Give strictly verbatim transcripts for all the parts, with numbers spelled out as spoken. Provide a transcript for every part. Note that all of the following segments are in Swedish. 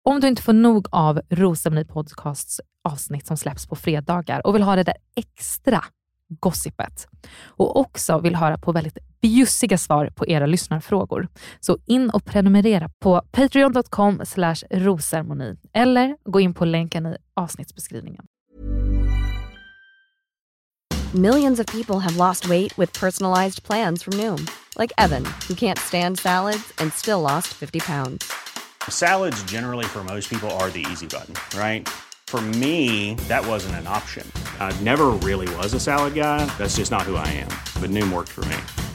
Om du inte får nog av Rosceremoni Podcasts avsnitt som släpps på fredagar och vill ha det där extra gossipet och också vill höra på väldigt bjussiga svar på era lyssnarfrågor, så in och prenumerera på patreon dot com slash rosceremoni eller gå in på länken i avsnittsbeskrivningen. Millions of people have lost weight with personalized plans from Noom. Like Evan, who can't stand salads and still lost fifty pounds. Salads generally for most people are the easy button, right? For me, that wasn't an option. I never really was a salad guy. That's just not who I am. But Noom worked for me.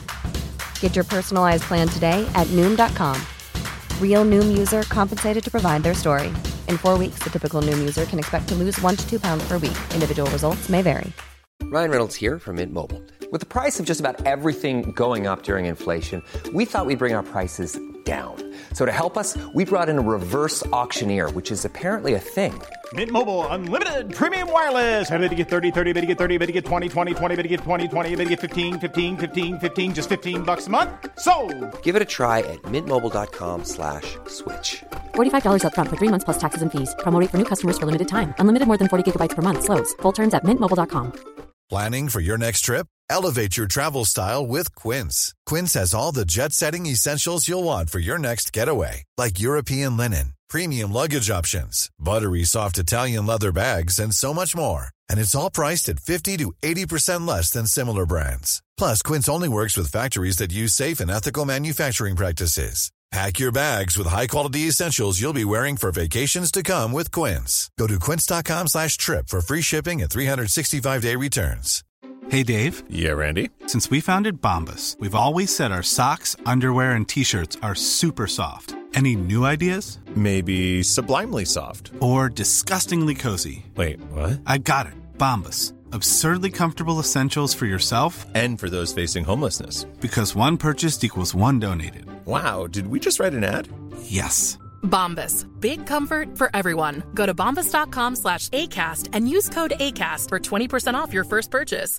Get your personalized plan today at Noom dot com. Real Noom user compensated to provide their story. In four weeks, the typical Noom user can expect to lose one to two pounds per week. Individual results may vary. Ryan Reynolds here from Mint Mobile. With the price of just about everything going up during inflation, we thought we'd bring our prices down. So to help us, we brought in a reverse auctioneer, which is apparently a thing. Mint Mobile Unlimited Premium Wireless. How to get thirty, thirty, bit to get thirty, bit to get twenty, twenty, twenty, bit to get twenty, twenty, bit to get fifteen, fifteen, fifteen, fifteen, just fifteen bucks a month? Sold! Give it a try at mintmobile.com slash switch. forty-five dollars up front for three months plus taxes and fees. Promo rate for new customers for limited time. Unlimited more than forty gigabytes per month. Slows full terms at mint mobile dot com. Planning for your next trip? Elevate your travel style with Quince. Quince has all the jet-setting essentials you'll want for your next getaway, like European linen, premium luggage options, buttery soft Italian leather bags, and so much more. And it's all priced at fifty to eighty percent less than similar brands. Plus, Quince only works with factories that use safe and ethical manufacturing practices. Pack your bags with high-quality essentials you'll be wearing for vacations to come with Quince. Go to quince.com slash trip for free shipping and three sixty-five day returns. Hey, Dave. Yeah, Randy. Since we founded Bombas, we've always said our socks, underwear, and T-shirts are super soft. Any new ideas? Maybe sublimely soft. Or disgustingly cozy. Wait, what? I got it. Bombas. Absurdly comfortable essentials for yourself and for those facing homelessness. Because one purchased equals one donated. Wow, did we just write an ad? Yes. Bombas. Big comfort for everyone. Go to bombas dot com slash ACAST and use code ACAST for twenty percent off your first purchase.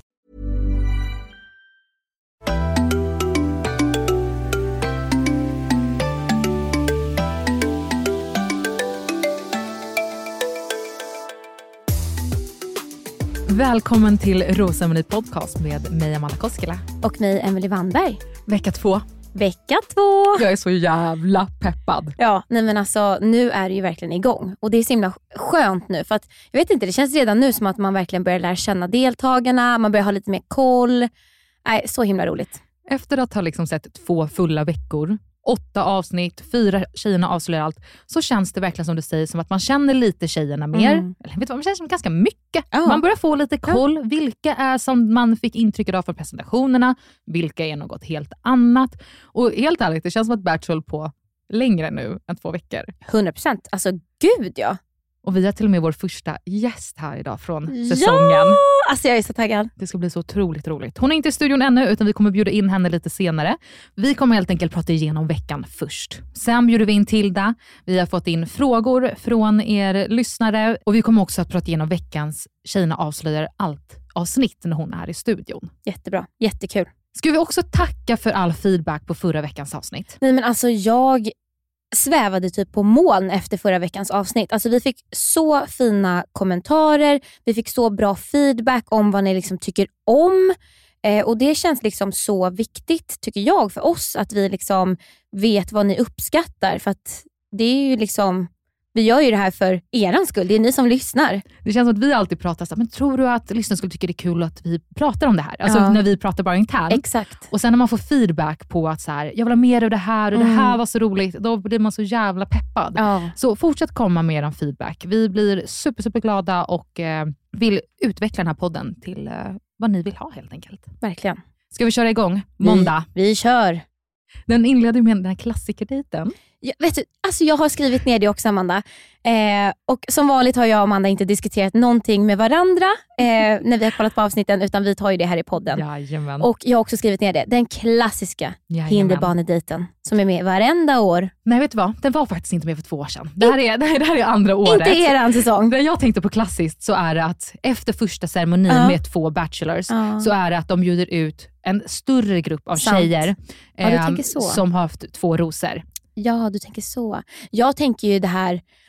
Välkommen till Rosceremoni Podcast med mig Amanda Koskela. Och mig Emelie Wannberg. Vecka två. Vecka två. Jag är så jävla peppad. Ja, nej men alltså nu är det ju verkligen igång. Och det är så himla skönt nu. För att, jag vet inte, det känns redan nu som att man verkligen börjar lära känna deltagarna. Man börjar ha lite mer koll. Nej, så himla roligt. Efter att ha liksom sett två fulla veckor, åtta avsnitt, fyra tjejerna avslöjar allt, så känns det verkligen som du säger som att man känner lite tjejerna mer. Mm. Eller vet du vad, man känner som ganska mycket. Ja. Man börjar få lite koll. Ja. Vilka är som man fick intrycket av från presentationerna? Vilka är något helt annat? Och helt ärligt, det känns som att Bachelor på längre nu än två veckor. hundra procent. Alltså gud ja. Och vi har till och med vår första gäst här idag från säsongen. Ja, alltså jag är så taggad. Det ska bli så otroligt roligt. Hon är inte i studion ännu, utan vi kommer bjuda in henne lite senare. Vi kommer helt enkelt prata igenom veckan först. Sen bjuder vi in Tilda. Vi har fått in frågor från er lyssnare. Och vi kommer också att prata igenom veckans Tjejerna avslöjar allt avsnitt när hon är här i studion. Jättebra, jättekul. Ska vi också tacka för all feedback på förra veckans avsnitt? Nej men alltså jag svävade typ på moln efter förra veckans avsnitt. Alltså vi fick så fina kommentarer. Vi fick så bra feedback om vad ni liksom tycker om. Eh, och det känns liksom så viktigt tycker jag för oss att vi liksom vet vad ni uppskattar. För att det är ju liksom, vi gör ju det här för eran skull. Det är ni som lyssnar. Det känns som att vi alltid pratar så här, men tror du att lyssnarna skulle tycka det är kul att vi pratar om det här? Alltså ja. När vi pratar bara internt. Exakt. Och sen när man får feedback på att så här, jag vill ha mer av det här och mm. det här var så roligt. Då blir man så jävla peppad. Ja. Så fortsätt komma med er feedback. Vi blir super, super glada och eh, vill utveckla den här podden till eh, vad ni vill ha helt enkelt. Verkligen. Ska vi köra igång? Måndag. Vi, vi kör. Den inledde med den här klassikerdejten. Ja, vet du, alltså jag har skrivit ner det också, Amanda. Eh, och som vanligt har jag och Amanda inte diskuterat någonting med varandra eh, när vi har kollat på avsnitten, utan vi tar ju det här i podden. Jajamän. Och jag har också skrivit ner det. Den klassiska hinderbanedejten som är med varenda år. Nej, vet du vad? Den var faktiskt inte med för två år sedan. Det här är, det här, det här är andra året. Inte eran säsong. Det jag tänkte på klassiskt så är det att efter första ceremonin uh. med två bachelors uh. så är det att de bjuder ut en större grupp av Sant. tjejer eh, ja, som har haft två rosor. Ja, du tänker så. Jag tänker ju det här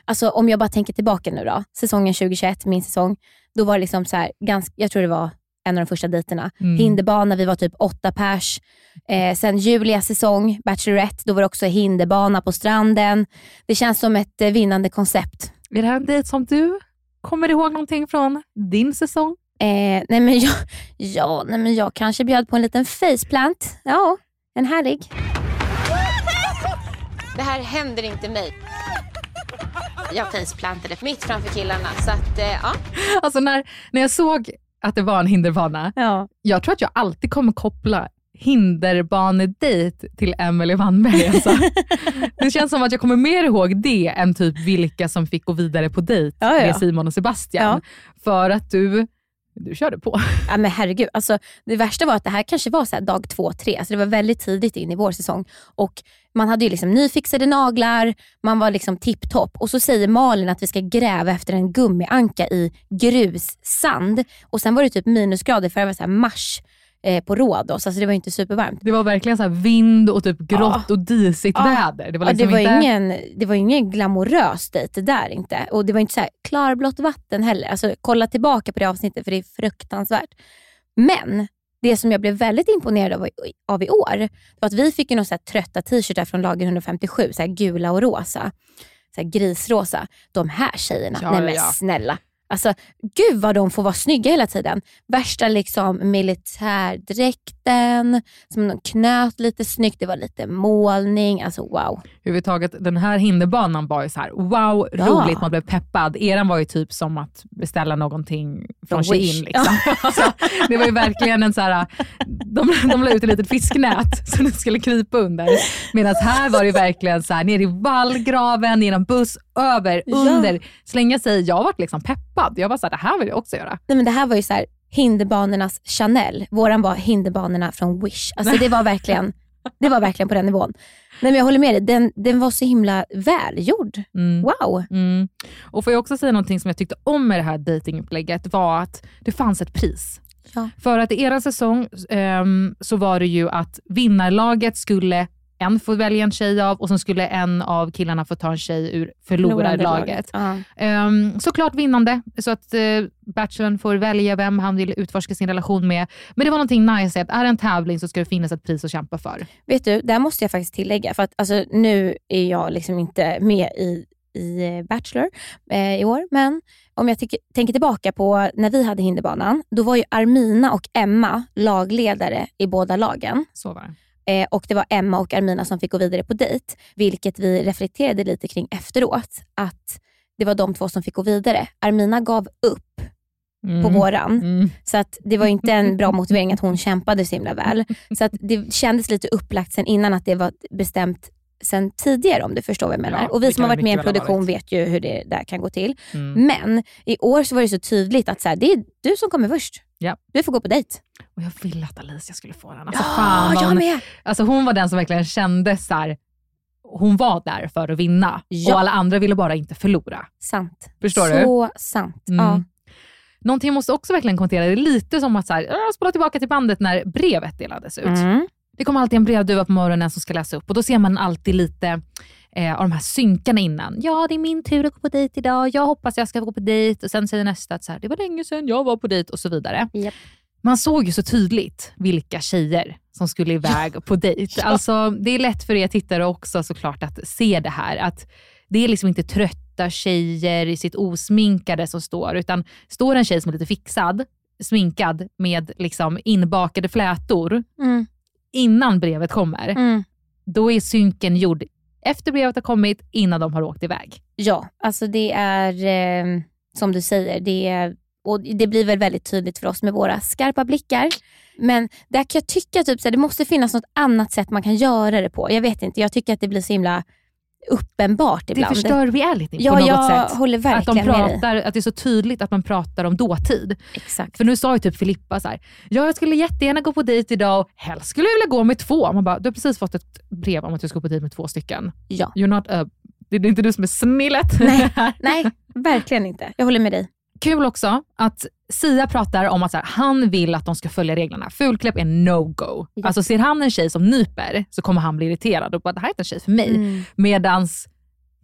alltså om jag bara tänker tillbaka nu då, säsongen tjugohundratjugoett, min säsong, då var det liksom så här, ganska, jag tror det var en av de första dejterna. Mm. Hinderbana, vi var typ åtta pers. Eh, sen Julias säsong, Bachelorette, då var det också hinderbana på stranden. Det känns som ett eh, vinnande koncept. Är det här en dejt som du kommer ihåg någonting från din säsong? Eh, nej men jag, ja, nej men jag kanske bjöd på en liten faceplant. Ja, en härlig. Det här händer inte mig. Jag faceplantade mitt framför killarna. Så att, eh, ja. Alltså när, när jag såg att det var en hinderbana. Ja. Jag tror att jag alltid kommer koppla hinderbanedejt till Emelie Wannberg. Alltså. Det känns som att jag kommer mer ihåg det än typ vilka som fick gå vidare på dejt ja, ja. med Simon och Sebastian. Ja. För att du, du körde på. Ja men herregud, alltså, det värsta var att det här kanske var så här dag två, tre. Alltså det var väldigt tidigt in i vår säsong. Och man hade ju liksom nyfixade naglar, man var liksom tipptopp. Och så säger Malin att vi ska gräva efter en gummianka i grussand. Och sen var det typ minusgrader för det var så här mars eh, på Rhodos. Alltså det var inte supervarmt. Det var verkligen så här vind och typ grått ja. och disigt ja. väder. Det var, liksom ja, det var inte... ingen det var ingen glamorös dejt där inte. Och det var inte så här klarblått vatten heller. Alltså kolla tillbaka på det avsnittet för det är fruktansvärt. Men det som jag blev väldigt imponerad av, av i år var att vi fick ju några så här trötta t-shirtar från lager hundrafemtiosju, så här gula och rosa, så här grisrosa. De här tjejerna, ja, nej men ja. snälla. Alltså, gud vad de får vara snygga hela tiden. Värsta liksom militärdräkten som de knöt lite snyggt. Det var lite målning, alltså wow. Överhuvudtaget, den här hinderbanan var ju så här, wow, ja. roligt, man blev peppad. Eran var ju typ som att beställa någonting från Shein liksom. Ja. Alltså, det var ju verkligen en så här, de, de la ut ett litet fisknät som du skulle krypa under. Medan här var det verkligen så här, ner i vallgraven, i en buss, över, ja. under, slänga sig. Jag var liksom peppad. Jag var så här, det här vill jag också göra. Nej men det här var ju så här, hinderbanornas Chanel. Våran var hinderbanorna från Wish. Alltså det var verkligen det var verkligen på den nivån. Nej men jag håller med dig, den, den var så himla välgjord. Mm. Wow. Mm. Och får jag också säga någonting som jag tyckte om med det här datingupplägget var att det fanns ett pris. Ja. För att i er säsong um, så var det ju att vinnarlaget skulle en få välja en tjej av och sen skulle en av killarna få ta en tjej ur förlorarlaget. Uh-huh. Um, såklart vinnande, så att uh, bachelorn får välja vem han vill utforska sin relation med. Men det var någonting nice att är det en tävling så ska det finnas ett pris att kämpa för. Vet du, där måste jag faktiskt tillägga, för att alltså, nu är jag liksom inte med i, i Bachelor eh, i år, men om jag tycker, tänker tillbaka på när vi hade hinderbanan, då var ju Armina och Emma lagledare i båda lagen. Så var det. Eh, och det var Emma och Armina som fick gå vidare på dejt. Vilket vi reflekterade lite kring efteråt. Att det var de två som fick gå vidare. Armina gav upp mm. på våran. Mm. Så att det var inte en bra motivering att hon kämpade så himla väl. Så att det kändes lite upplagt sen innan att det var bestämt sen tidigare, om du förstår vad jag menar. Ja, och vi som har varit med i en produktion vet ju hur det där kan gå till. Mm. Men i år så var det så tydligt att så här, det är du som kommer först. Ja. Du får gå på dejt. Och jag ville att Alicia skulle få den. Alltså, ja, fan, jag hon, med. Alltså hon var den som verkligen kände så här, hon var där för att vinna. Ja. Och alla andra ville bara inte förlora. Sant. Förstår så du? Så sant, mm. ja. Någonting jag måste också verkligen kommentera. Det är lite som att så här, jag spolar tillbaka till bandet när brevet delades ut. Mm. Det kommer alltid en brevduva på morgonen som ska läsa upp. Och då ser man alltid lite eh, av de här synkarna innan. Ja, det är min tur att gå på dejt idag. Jag hoppas jag ska gå på dejt. Och sen säger nästa att så här, det var länge sedan jag var på dejt och så vidare. Yep. Man såg ju så tydligt vilka tjejer som skulle iväg ja. på dejt. Ja. Alltså, det är lätt för er tittare också såklart att se det här. Att det är liksom inte trötta tjejer i sitt osminkade som står. Utan står en tjej som är lite fixad, sminkad med liksom inbakade flätor. Mm. Innan brevet kommer, mm. då är synken gjord efter brevet har kommit, innan de har åkt iväg. Ja, alltså det är eh, som du säger, det är, och det blir väl väldigt tydligt för oss med våra skarpa blickar. Men där kan jag tycka typ så här, det måste finnas något annat sätt man kan göra det på. Jag vet inte, jag tycker att det blir så himla uppenbart ibland. Det förstör reality ja, på något jag sätt. Håller verkligen att de pratar, att det är så tydligt att man pratar om dåtid. Exakt. För nu sa ju typ Filippa så här, ja, jag skulle jättegärna gå på dejt idag och helst skulle jag vilja gå med två. Man bara, du har precis fått ett brev om att du ska gå på dejt med två stycken. Ja. You're not a, det är inte du som är snillet. Nej, nej, verkligen inte. Jag håller med dig. Kul också att Sia pratar om att så här, han vill att de ska följa reglerna. Fulkläpp är no-go. Ja. Alltså ser han en tjej som nyper så kommer han bli irriterad och bara, det här är inte en tjej för mig. Mm. Medans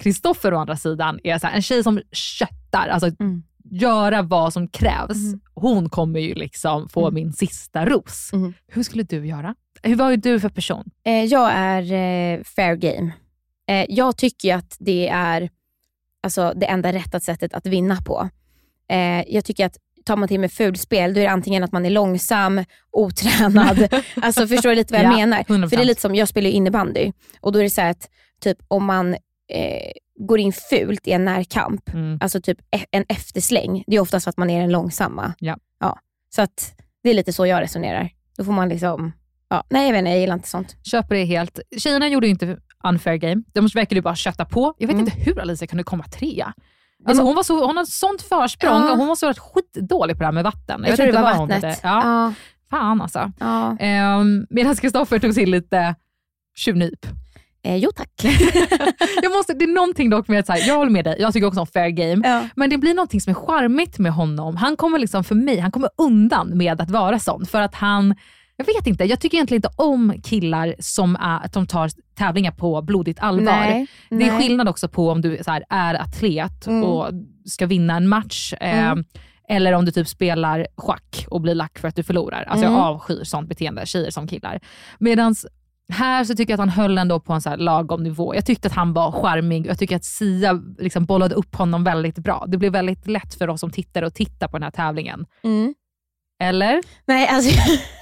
Kristoffer å andra sidan är så här, en tjej som köttar, alltså mm. göra vad som krävs. Mm. Hon kommer ju liksom få mm. min sista ros. Mm. Hur skulle du göra? Hur var ju du för person? Eh, jag är eh, fair game. Eh, jag tycker att det är alltså, det enda rätta sättet att vinna på. Eh, jag tycker att tar man till med fulspel, då är det antingen att man är långsam, otränad. Alltså förstår du lite vad jag ja, menar? hundra procent. För det är lite som, jag spelar ju innebandy. Och då är det så här att typ om man eh, går in fult i en närkamp, mm. alltså typ en eftersläng, det är oftast för att man är den långsamma. Ja. Ja. Så att det är lite så jag resonerar. Då får man liksom, ja, nej jag vet inte, jag gillar inte sånt. Köper det helt. Tjejerna gjorde ju inte unfair game. De verkade ju bara kötta på. Jag vet mm. inte hur Alicia kunde komma trea. Alltså hon var så, hon hade sånt försprång ja. och hon var så skitdålig på det här med vatten. Jag, jag tror det var vattnet. Ja. Ja. Fan alltså. Ja. Um, medan Kristoffer tog till lite tjuvnyp. Eh, jo tack. jag måste, det är någonting dock med att så här, jag håller med dig, jag tycker också om fair game. Ja. Men det blir någonting som är charmigt med honom. Han kommer liksom för mig, han kommer undan med att vara sån. För att han, jag vet inte, jag tycker egentligen inte om killar som, är, som tar tävlingar på blodigt allvar. Nej, det är nej. skillnad också på om du så här, är atlet mm. och ska vinna en match. Mm. Eh, eller om du typ spelar schack och blir lack för att du förlorar. Alltså mm. jag avskyr sånt beteende, tjejer som killar. Medans här så tycker jag att han höll ändå på en så här lagom nivå. Jag tyckte att han var charmig. Jag tycker att Sia liksom bollade upp honom väldigt bra. Det blev väldigt lätt för oss som tittar och tittar på den här tävlingen. Mm. Eller? Nej, alltså...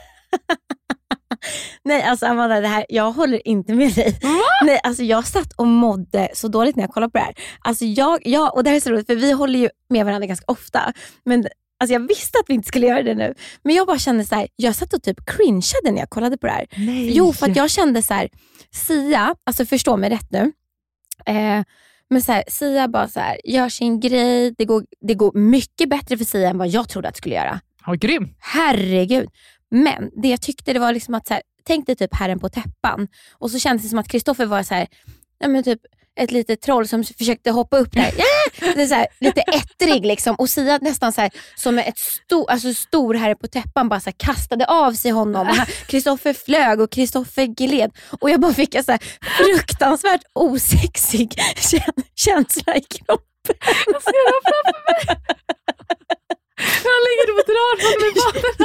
Nej, alltså Amanda, det här, jag håller inte med dig. Va? Nej, alltså jag satt och mådde så dåligt när jag kollade på det här. Alltså jag, jag och det här är så roligt, för vi håller ju med varandra ganska ofta. Men alltså jag visste att vi inte skulle göra det nu. Men jag bara kände så här, jag satt och typ cringeade när jag kollade på det här. Nej. Jo, för att jag kände så här, Sia, alltså förstå mig rätt nu. Eh, men så här, Sia bara så här, gör sin grej. Det går, det går mycket bättre för Sia än vad jag trodde att det skulle göra. Ja, grym. Herregud. Men det jag tyckte det var liksom att så här, tänk dig typ Herren på täppan. Och så kändes det som att Kristoffer var så här, ja men typ ett litet troll som försökte hoppa upp där. Yeah! Det är så här, lite ettrig liksom. Och Sia nästan så här, som ett stor, alltså stor Herre på täppan bara så här, kastade av sig honom. Kristoffer flög och Kristoffer gled. Och jag bara fick en så här fruktansvärt osexig kä- känsla i kroppen. Jag ser det framför mig. Han ligger och drar honom i vattnet.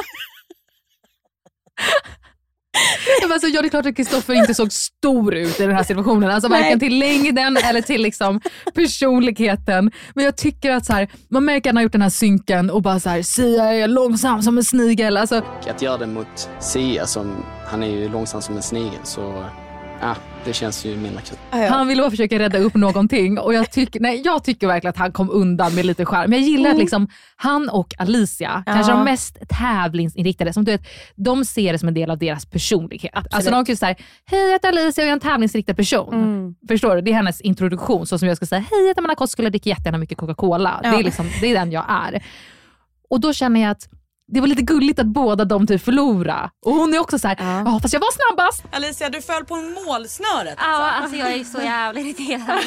Alltså, ja, det är klart att Kristoffer inte såg stor ut i den här situationen. Alltså Nej. varken till längden eller till liksom personligheten. Men jag tycker att så här, man märker att han har gjort den här synken och bara så här, Sia är långsam som en snigel. Alltså, att göra det mot Sia som han är ju långsam som en snigel, så ja, det känns ju mindre kul. Ah, ja. Han ville bara försöka rädda upp någonting och jag tycker, nej, jag tycker verkligen att han kom undan med lite charm. Men jag gillar mm. att liksom, han och Alicia, ja. kanske de mest tävlingsinriktade, som du vet, de ser det som en del av deras personlighet. Absolut. Alltså de kan säga, hej jag heter Alicia och jag är en tävlingsinriktad person. Mm. Förstår du? Det är hennes introduktion, så som jag ska säga, hej jag heter Amanda Kott, skulle dricka jättegärna mycket Coca-Cola. Ja. Det är liksom, det är den jag är. Och då känner jag att det var lite gulligt att båda de typ förlora. Och hon är också så här, ja ah, fast jag var snabbast. Alicia, du föll på målsnöret. Ja, alltså. alltså jag är så jävla irriterad.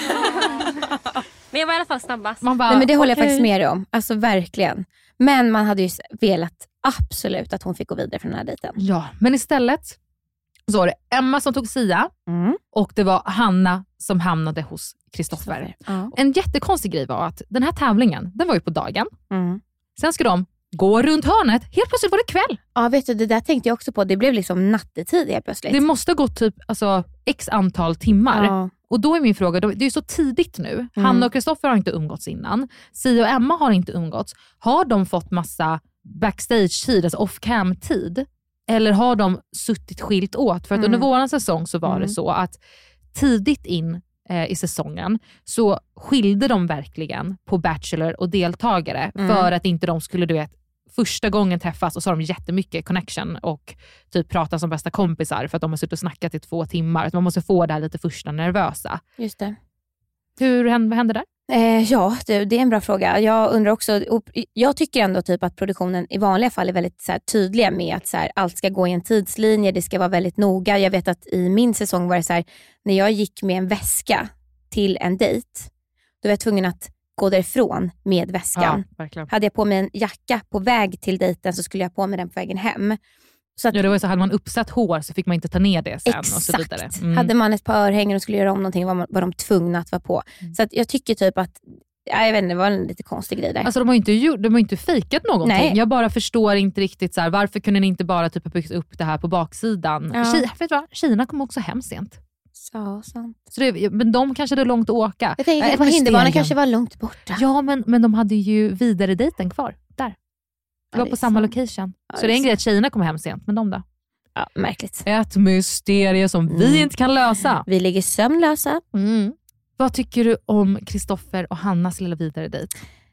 Men jag var i alla fall snabbast. Man bara, nej, men det håller okay. jag faktiskt med dig om. Alltså verkligen. Men man hade ju velat absolut att hon fick gå vidare från den här dejten. Ja, men istället så var det Emma som tog Sia. Mm. Och det var Hanna som hamnade hos Kristoffer. Ja. En jättekonstig grej var att den här tävlingen, den var ju på dagen. Mm. Sen ska de gå runt hörnet. Helt plötsligt var det kväll. Ja, vet du, det där tänkte jag också på. Det blev liksom nattetid helt plötsligt. Det måste ha gått typ alltså, x antal timmar. Ja. Och då är min fråga, det är ju så tidigt nu. Mm. Hanna och Kristoffer har inte umgåtts innan. Sia och Emma har inte umgåtts. Har de fått massa backstage-tid, alltså off-cam-tid? Eller har de suttit skilt åt? För att mm. under våran säsong så var mm. det så att tidigt in i säsongen så skilde de verkligen på Bachelor och deltagare mm. för att inte de skulle, du vet, första gången träffas och så har de jättemycket connection och typ prata som bästa kompisar för att de har suttit och snackat i två timmar. Att man måste få det här lite första nervösa. Just det. Hur hände, vad hände där? Eh, ja, det, det är en bra fråga. Jag undrar också, jag tycker ändå typ att produktionen i vanliga fall är väldigt så här, tydliga med att så här, allt ska gå i en tidslinje, det ska vara väldigt noga. Jag vet att i min säsong var det så här, när jag gick med en väska till en dejt, då var jag tvungen att gå därifrån med väskan. Ja, verkligen. Hade jag på mig en jacka på väg till dejten så skulle jag på mig den på vägen hem. Så att, ja, det var ju så, hade man uppsatt hår så fick man inte ta ner det sen. Exakt. Och så vidare. Mm. Hade man ett par örhängen och skulle göra om någonting var, man, var de tvungna att vara på. Mm. Så att jag tycker typ att, ja, jag vet inte, det var en lite konstig grej där. Alltså de har ju inte, gjort, de har inte fejkat någonting. Nej. Jag bara förstår inte riktigt så här, varför kunde ni inte bara typ ha byggt upp det här på baksidan? Ja. Kina, vet du vad? Kina kom också hem sent. Så sant. Så det, men de kanske hade långt att åka. Jag tänker Äh, att hinderbanan kanske var långt borta. Ja, men, men de hade ju vidare dejten kvar. Där. Det ja, var det på samma sant. location. Ja, så det är en sant. grej att Kina kom hem sent. Men de då? Ja, märkligt. Ett mysterie som Mm. vi inte kan lösa. Vi ligger sömnlösa. Mm. Vad tycker du om Kristoffer och Hannas lilla vidare dejt?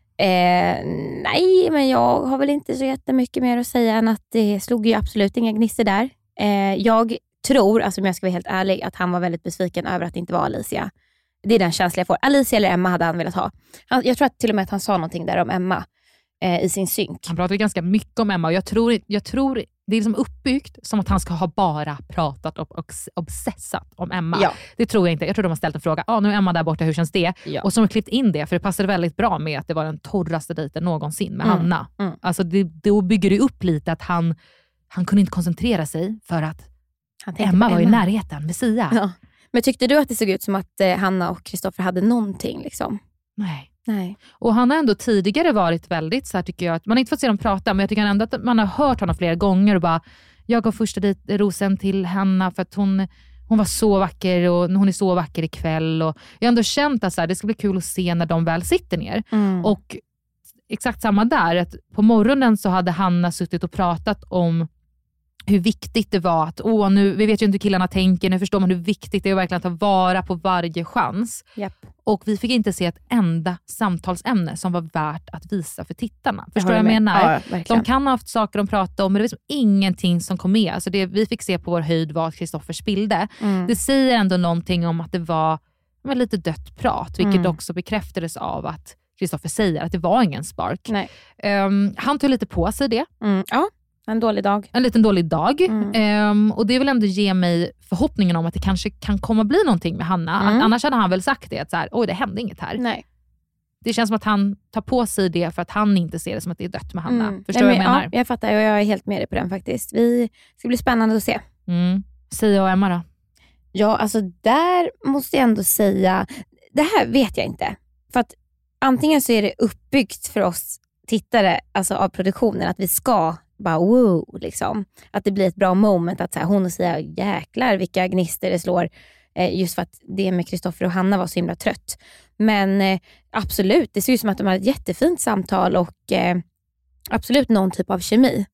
Eh, nej, men jag har väl inte så jättemycket mer att säga än att det slog ju absolut inga gnistor där. Eh, jag tror, alltså om jag ska vara helt ärlig, att han var väldigt besviken över att det inte var Alicia. Det är den känslan jag får. Alicia eller Emma hade han velat ha. Han, jag tror att till och med att han sa någonting där om Emma eh, i sin synk. Han pratade ganska mycket om Emma och jag tror, jag tror det är liksom uppbyggt som att han ska ha bara pratat och, och obsessat om Emma. Ja. Det tror jag inte. Jag tror de har ställt en fråga. Ah, nu är Emma där borta, hur känns det? Ja. Och så har de klippt in det, för det passade väldigt bra med att det var den torraste dejten någonsin med Mm. Hanna. Mm. Alltså det, då bygger det upp lite att han, han kunde inte koncentrera sig för att Han tänkte Emma på var i Emma. närheten med Sia. Ja. Men tyckte du att det såg ut som att eh, Hanna och Kristoffer hade någonting liksom? Nej. Nej. Och han har ändå tidigare varit väldigt så här, tycker jag, att man har inte fått se dem prata, men jag tycker ändå att man har hört honom flera gånger och bara, jag gav första dit, rosen till Hanna för att hon, hon var så vacker och hon är så vacker ikväll. Och jag har ändå känt att så här, det ska bli kul att se när de väl sitter ner. Mm. Och exakt samma där, att på morgonen så hade Hanna suttit och pratat om hur viktigt det var att, åh, nu, vi vet ju inte hur killarna tänker, nu förstår man hur viktigt det är att verkligen ta vara på varje chans. Japp. Och vi fick inte se ett enda samtalsämne som var värt att visa för tittarna. Förstår Jag du vad jag håller med. menar? Ja, verkligen. De kan ha haft saker de pratade om, men det var liksom ingenting som kom med. Alltså det vi fick se på vår höjd var att Kristoffer spillde. Mm. Det säger ändå någonting om att det var, var lite dött prat, vilket Mm. också bekräftades av att Kristoffer säger att det var ingen spark. Nej. Um, han tog lite på sig det. Mm. Ja, en dålig dag. En liten dålig dag. Mm. Um, och det vill ändå ge mig förhoppningen om att det kanske kan komma bli någonting med Hanna. Mm. Att annars hade han väl sagt det, att så här, oj, det hände inget här. Nej. Det känns som att han tar på sig det för att han inte ser det som att det är dött med Hanna. Mm. Förstår Nej, du vad men, jag menar? Ja, jag fattar och jag är helt med dig på den faktiskt. Vi ska bli spännande att se. Mm. Sia och Emma då? Ja, alltså där måste jag ändå säga, det här vet jag inte. För att antingen så är det uppbyggt för oss tittare, alltså av produktionen, att vi ska bara wow, liksom. Att det blir ett bra moment, att så här, hon och Sia, jäklar vilka gnister det slår. Eh, just för att det med Kristoffer och Hanna var så himla trött. Men eh, absolut, det ser ut som att de hade ett jättefint samtal och eh, absolut någon typ av kemi.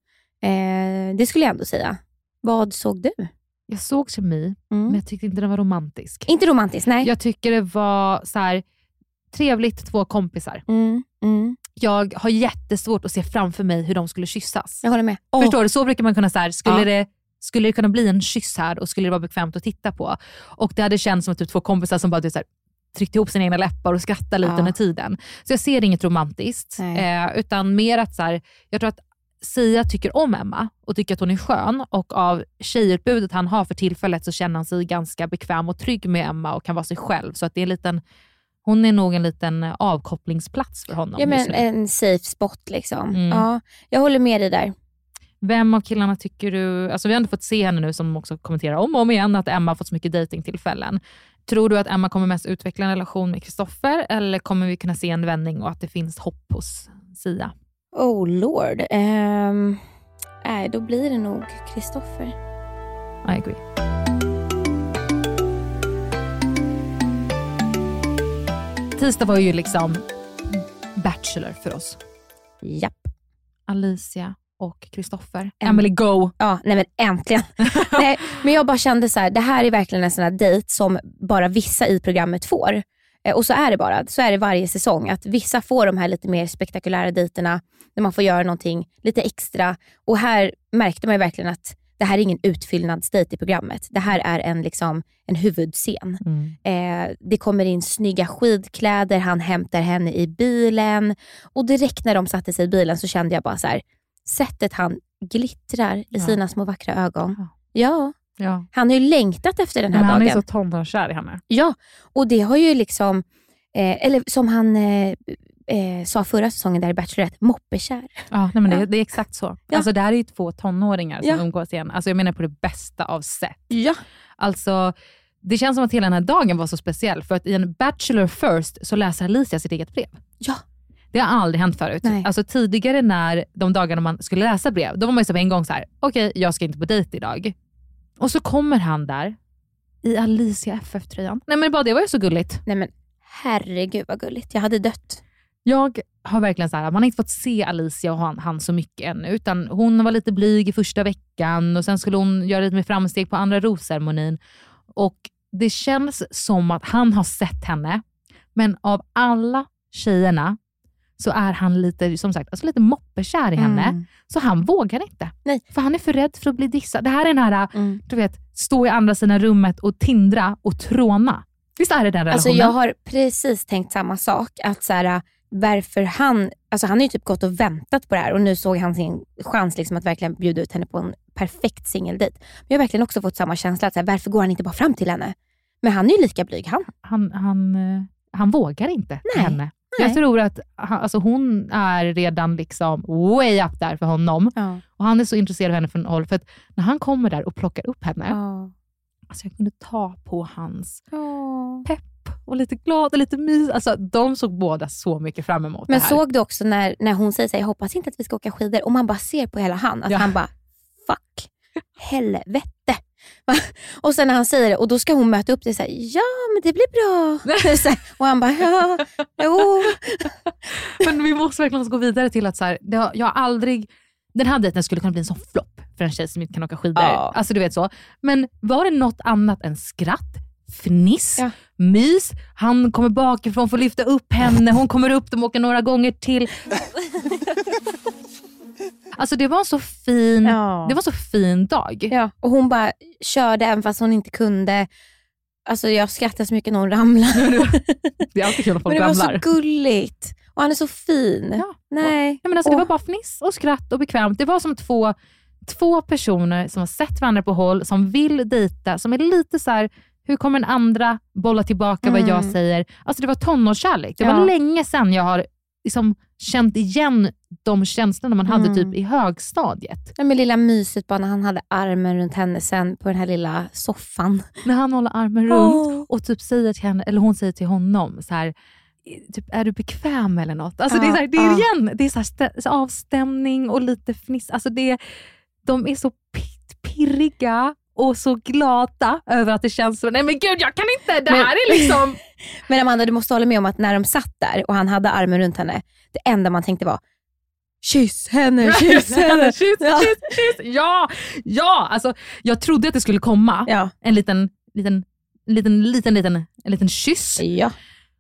Eh, det skulle jag ändå säga. Vad såg du? Jag såg kemi, Mm. men jag tyckte inte den var romantisk. Inte romantiskt, nej. Jag tycker det var så här trevligt, två kompisar. Mm, mm. Jag har jättesvårt att se framför mig hur de skulle kyssas. Jag håller med. Åh. Förstår du? Så brukar man kunna så här, skulle, Ja. det, skulle det kunna bli en kyss här och skulle det vara bekvämt att titta på? Och det hade känts som att typ två kompisar som bara så här, tryckte ihop sina egna läppar och skrattade lite Ja. under tiden. Så jag ser inget romantiskt. Eh, utan mer att så här, jag tror att Sia tycker om Emma och tycker att hon är skön, och av tjejutbudet han har för tillfället så känner han sig ganska bekväm och trygg med Emma och kan vara sig själv. Så att det är en liten, hon är nog en liten avkopplingsplats för honom. Ja, men just nu. en safe spot liksom. Mm. Ja, jag håller med dig där. Vem av killarna tycker du, alltså vi har ändå fått se henne nu som också kommenterar om och om igen att Emma har fått så mycket dejtingtillfällen. Tror du att Emma kommer mest utveckla en relation med Kristoffer, eller kommer vi kunna se en vändning och att det finns hopp hos Sia? Oh lord. Um, nej, då blir det nog Kristoffer. I agree. Tisdag var ju liksom Bachelor för oss. Japp. Alicia och Kristoffer. Em- Emily go! Ja, nej men äntligen. nej, men jag bara kände så här, det här är verkligen en sån här dejt som bara vissa i programmet får. Eh, och så är det bara, så är det varje säsong. Att vissa får de här lite mer spektakulära dejterna där man får göra någonting lite extra. Och här märkte man ju verkligen att det här är ingen utfyllnadsdejt i programmet. Det här är en, liksom, en huvudscen. Mm. Eh, det kommer in snygga skidkläder, han hämtar henne i bilen. Och direkt när de satte sig i bilen så kände jag bara så här, sättet han glittrar i Ja. sina små vackra ögon. Ja. Ja, Ja. han har ju längtat efter den här Men han dagen. är så tonårskär i henne. Ja, och det har ju liksom, eh, eller som han eh, eh, sa förra säsongen där i Bachelorette, moppekär. Ja, nej, men ja. Det, det är exakt så. Ja. Alltså det här är ju två tonåringar som ja. umgås igen. Alltså jag menar på det bästa av sätt. Ja. Alltså det känns som att hela den här dagen var så speciell. För att i en Bachelor First så läser Alicia sitt eget brev. Ja. Det har aldrig hänt förut. Nej. Alltså tidigare när de dagarna man skulle läsa brev, då var man ju så en gång så här: okej, okay, jag ska inte på dejt idag. Och så kommer han där i Alicia F F-tröjan. Nej men bara det var ju så gulligt. Nej men herregud vad gulligt. Jag hade dött. Jag har verkligen så här, man har inte fått se Alicia och han, han så mycket ännu. Utan hon var lite blyg i första veckan. Och sen skulle hon göra lite mer framsteg på andra rosceremonin. Och det känns som att han har sett henne. Men av alla tjejerna så är han lite, som sagt, alltså lite moppekär i henne. Mm. Så han vågar inte. Nej. För han är för rädd för att bli dissad. Det här är den här, mm. du vet, stå i andra sidan rummet och tindra och tråna. Visst är det den relationen? Alltså jag har precis tänkt samma sak. Att så här, varför han, alltså han har ju typ gått och väntat på det här. Och nu såg han sin chans liksom att verkligen bjuda ut henne på en perfekt singeldejt. Men jag har verkligen också fått samma känsla. Att så här, varför går han inte bara fram till henne? Men han är ju lika blyg, han. Han, han, han vågar inte Nej. henne. Nej. Jag tror att alltså hon är redan liksom way up där för honom. Ja. Och han är så intresserad av henne från håll. För att när han kommer där och plockar upp henne. Ja. Alltså jag kunde ta på hans ja. pepp. Och lite glad och lite mys. Alltså de såg båda så mycket fram emot Men det här. såg du också när, när hon säger så här, jag hoppas inte att vi ska åka skidor. Och man bara ser på hela han. Att ja. han bara, fuck. Helvete. Och sen när han säger det, och då ska hon möta upp det så här, ja men det blir bra. Och han bara, ja, jo. Men vi måste verkligen gå vidare till att så här, det har, jag har aldrig, den här dejten skulle kunna bli en sån flopp för en tjej som inte kan åka skidor. Ja. Alltså du vet så. Men var det något annat än skratt, fniss, ja. mys, han kommer bakifrån för att lyfta upp henne, hon kommer upp, de åker några gånger till. Alltså det var en så fin ja. Det var en så fin dag. Ja, och hon bara körde även fast hon inte kunde. Alltså jag skrattade så mycket när hon ramlade. Det är alltid kul när folk ramlar. Men det ramlar. var så gulligt. Och han är så fin. Ja. Nej. Ja, men alltså, och... det var bara fniss och skratt och bekvämt. Det var som två, två personer som har sett varandra på håll, som vill dejta, som är lite så här, hur kommer en andra bolla tillbaka mm. vad jag säger. Alltså det var tonårskärlek. Det ja. var länge sedan jag har liksom känt igen de känslorna man hade mm. typ i högstadiet. Ja, med lilla myset bara när han hade armen runt henne sen på den här lilla soffan. När han håller armen runt oh. och typ säger till henne, eller hon säger till honom så här, typ, är du bekväm eller något? Alltså ja, det är så här, det är ja. igen, det är så här stä- avstämning och lite fniss. Alltså det, de är så pitt, pirriga och så glada över att det känns så, nej men gud jag kan inte, det men, här är liksom. Men Amanda, du måste hålla med om att när de satt där och han hade armen runt henne, det enda man tänkte var kyss henne, kyss henne. kyss, ja. kyss, kyss. Ja, ja, alltså jag trodde att det skulle komma ja. en liten, liten, liten, liten, liten, en liten kyss. Ja.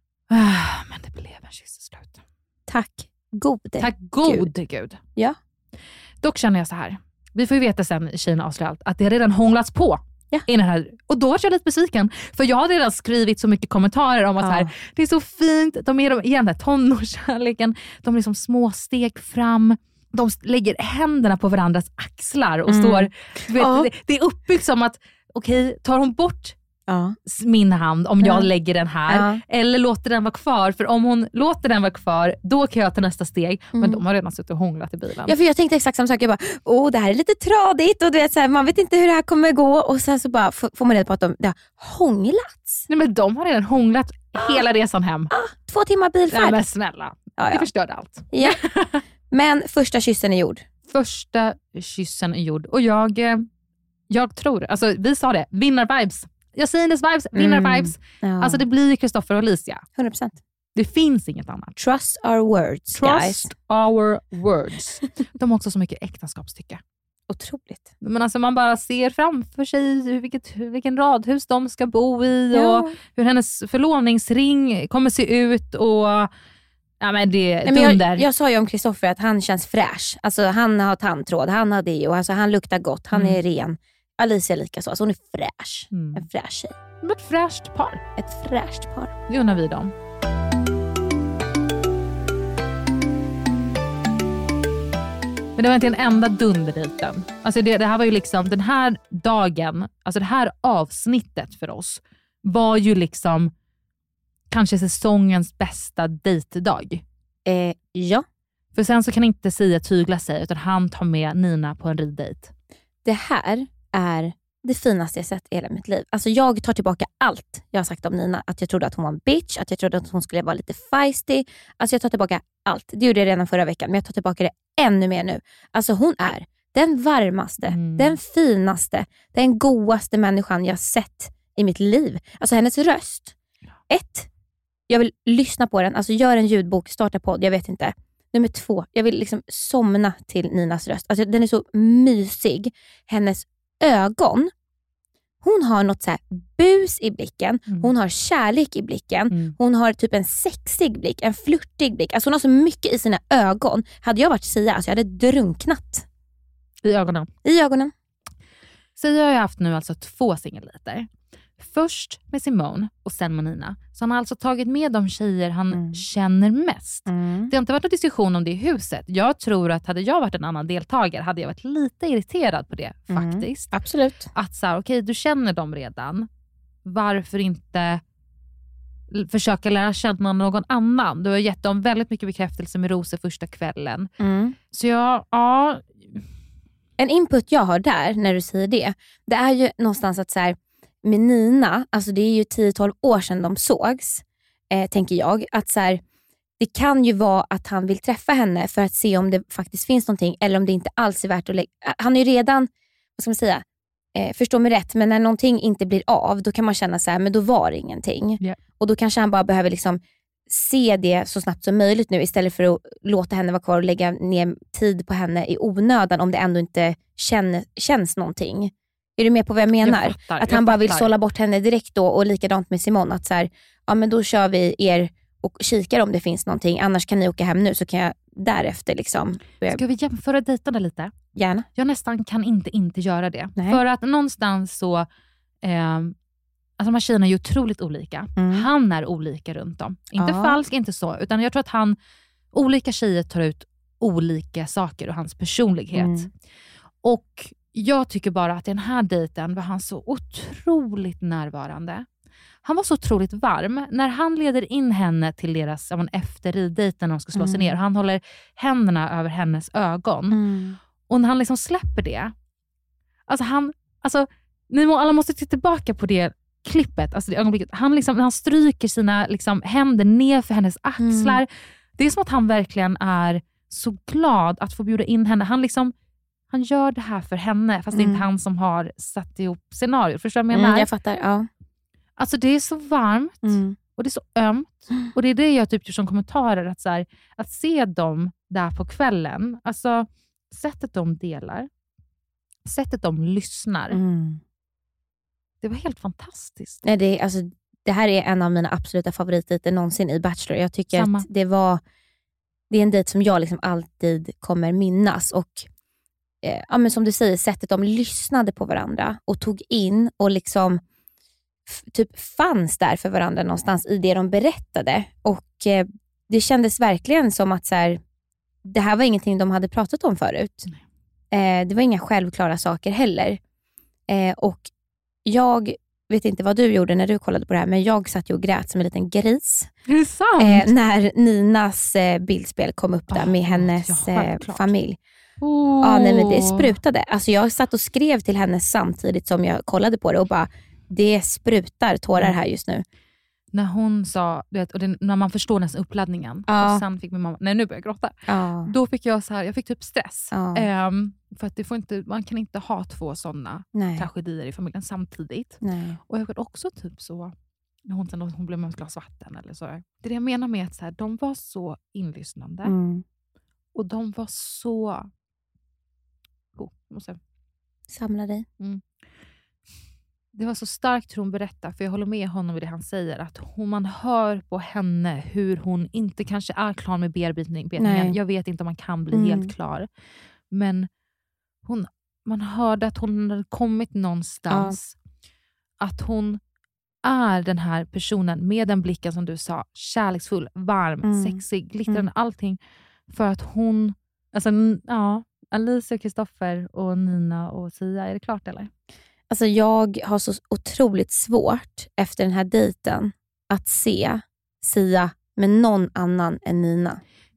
Men det blev en kyss i slut. Tack gode Tack gode Gud. Gud. Ja. Dock känner jag så här. Vi får ju veta sen i Kina avslöjar allt att det redan hånglats på. Ja. I den här, och då var jag lite besviken. För jag hade redan skrivit så mycket kommentarer om att ja. så här, det är så fint. De är de, igen där tonårskärleken. De är liksom små steg fram. De lägger händerna på varandras axlar och mm. står. Du vet, ja. det, det är uppbyggt som att okej, okay, tar hon bort ja. min hand om jag ja. lägger den här ja. eller låter den vara kvar, för om hon låter den vara kvar då kan jag ta nästa steg, mm. men de har redan suttit och hånglat i bilen. Ja, för jag tänkte exakt samma sak, jag bara, åh det här är lite tradigt och du vet, så här, man vet inte hur det här kommer gå, och sen så bara f- får man reda på att de, de har hånglats. Nej men de har redan hånglat ah. hela resan hem. Ah, två timmar bilfärd. Ja men snälla, ja, ja. det förstörde allt. Ja. Men första kyssen är gjord. Första kyssen är gjord och jag jag tror, alltså vi sa det, vinnar-vibes. Jag säger hennes vibes, vinnar-vibes. Mm. Ja. Alltså det blir Kristoffer och Alicia. hundra procent. Det finns inget annat. Trust our words, Trust guys. our words. De har också så mycket äktenskapstycke. Otroligt. Men alltså man bara ser framför sig vilket, vilken radhus de ska bo i ja. och hur hennes förlovningsring kommer se ut och ja men det är Nej, men dunder. jag, jag sa ju om Kristoffer att han känns fräsch. Alltså han har tandtråd, han har det och alltså, han luktar gott, han mm. är ren. Alicia lika så, alltså hon är fräsch. Mm. En fräsch tjej. Ett fräscht par. Ett fräscht par. Det undrar vi dem. Men det var inte en enda dunderdejten. Alltså det, det här var ju liksom, den här dagen, alltså det här avsnittet för oss var ju liksom kanske säsongens bästa dejtdag. Eh, ja. För sen så kan inte Sia tygla sig, utan han tar med Nina på en riddejt. Det här är det finaste jag sett i hela mitt liv. Alltså jag tar tillbaka allt jag har sagt om Nina. Att jag trodde att hon var en bitch, att jag trodde att hon skulle vara lite feisty. Alltså jag tar tillbaka allt. Det gjorde jag redan förra veckan, men jag tar tillbaka det ännu mer nu. Alltså hon är den varmaste, mm. den finaste, den godaste människan jag sett i mitt liv. Alltså hennes röst. Ett, jag vill lyssna på den. Alltså gör en ljudbok, starta podd, jag vet inte. Nummer två, jag vill liksom somna till Ninas röst. Alltså den är så mysig. Hennes ögon, hon har något så här bus i blicken. Mm. Hon har kärlek i blicken. Mm. Hon har typ en sexig blick, en flirtig blick. Alltså hon har så mycket i sina ögon. Hade jag varit Sia, alltså jag hade drunknat. I ögonen? I ögonen. Sia har ju haft nu alltså två singeldejter. Först med Simone och sen med Nina. Så han har alltså tagit med de tjejer han mm. känner mest. Mm. Det har inte varit någon diskussion om det i huset. Jag tror att hade jag varit en annan deltagare hade jag varit lite irriterad på det mm. faktiskt. Absolut. Att så här, okej, okay, du känner dem redan. Varför inte försöka lära känna någon annan? Du har gett dem väldigt mycket bekräftelse med Rose första kvällen. Mm. Så jag, ja... En input jag har där när du säger det, det är ju någonstans att så här, med Nina, alltså det är ju tio tolv år sedan de sågs, eh, tänker jag, att så här, det kan ju vara att han vill träffa henne för att se om det faktiskt finns någonting eller om det inte alls är värt att lägga. Han är ju redan, vad ska man säga, eh, förstå mig rätt, men när någonting inte blir av, då kan man känna så här, men då var det ingenting. Yeah. Och då kanske han bara behöver liksom se det så snabbt som möjligt nu istället för att låta henne vara kvar och lägga ner tid på henne i onödan om det ändå inte känner, känns någonting. Är du med på vad jag menar? Jag fattar, att han jag bara fattar. vill sålla bort henne direkt då, och likadant med Simone, att så här, ja men då kör vi er och kikar om det finns någonting, annars kan ni åka hem nu så kan jag därefter liksom. Ska vi jämföra dejterna lite? Gärna. Jag nästan kan inte inte göra det. Nej. För att någonstans så eh, alltså de här tjejerna är ju otroligt olika. Mm. Han är olika runt om. Inte ja. falsk, inte så, utan jag tror att han olika tjejer tar ut olika saker och hans personlighet. Mm. Och jag tycker bara att i den här dejten var han så otroligt närvarande. Han var så otroligt varm. När han leder in henne till deras ja, efter riddejten när de ska slå sig mm. ner. Han håller händerna över hennes ögon. Mm. Och när han liksom släpper det. Alltså han, alltså ni må, alla måste titta tillbaka på det klippet. Alltså det ögonblicket. Han liksom, han stryker sina liksom, händer ner för hennes axlar. Mm. Det är som att han verkligen är så glad att få bjuda in henne. Han liksom Han gör det här för henne, fast mm. det är inte han som har satt ihop scenariot. Förstår du vad jag menar? Mm, jag fattar, ja. Alltså det är så varmt mm. och det är så ömt. Mm. Och det är det jag typ gör som kommentarer. Att, så här, att se dem där på kvällen. Alltså sättet de delar. Sättet de lyssnar. Mm. Det var helt fantastiskt. Nej, det, alltså, det här är en av mina absoluta favoritdejter någonsin i Bachelor. Jag tycker Samma. att det var... Det är en dejt som jag liksom alltid kommer minnas. Och ja, men som du säger, sättet de lyssnade på varandra och tog in och liksom f- typ fanns där för varandra någonstans i det de berättade. Och eh, det kändes verkligen som att så här, det här var ingenting de hade pratat om förut. Eh, det var inga självklara saker heller. Eh, och jag vet inte vad du gjorde när du kollade på det här, men jag satt ju och grät som en liten gris. Är det sant? Eh, när Ninas eh, bildspel kom upp där oh, med hennes ja, eh, familj. Oh. Ja, nej, men det sprutade. Alltså jag satt och skrev till henne samtidigt som jag kollade på det och bara, det sprutar tårar här just nu. När hon sa, du vet, och det, när man förstår nästan uppladdningen ja. och sen fick min mamma, nej nu börjar jag gråta. Ja. Då fick jag så här, jag fick typ stress. Ja. Um, för att det får inte, man kan inte ha två sådana tragedier i familjen samtidigt. Nej. Och jag var också typ så, när hon, sen, hon blev med ett glas vatten eller så. Det är det jag menar med att så här, de var så inlyssnande. Mm. Och de var så... Oh, jag måste... Samla dig. Mm. Det var så starkt hur hon berättar, för jag håller med honom i det han säger, att hon, man hör på henne hur hon inte kanske är klar med bearbetning, bearbetningen. Jag vet inte om man kan bli mm. helt klar. Men hon, man hörde att hon hade kommit någonstans. Ja. Att hon är den här personen med den blicken som du sa, kärleksfull, varm, mm. sexig, glittrande, mm. allting. För att hon, alltså ja, Alicia, Kristoffer och Nina och Sia, är det klart eller? Alltså jag har så otroligt svårt efter den här dejten att se Sia med någon annan än Nina.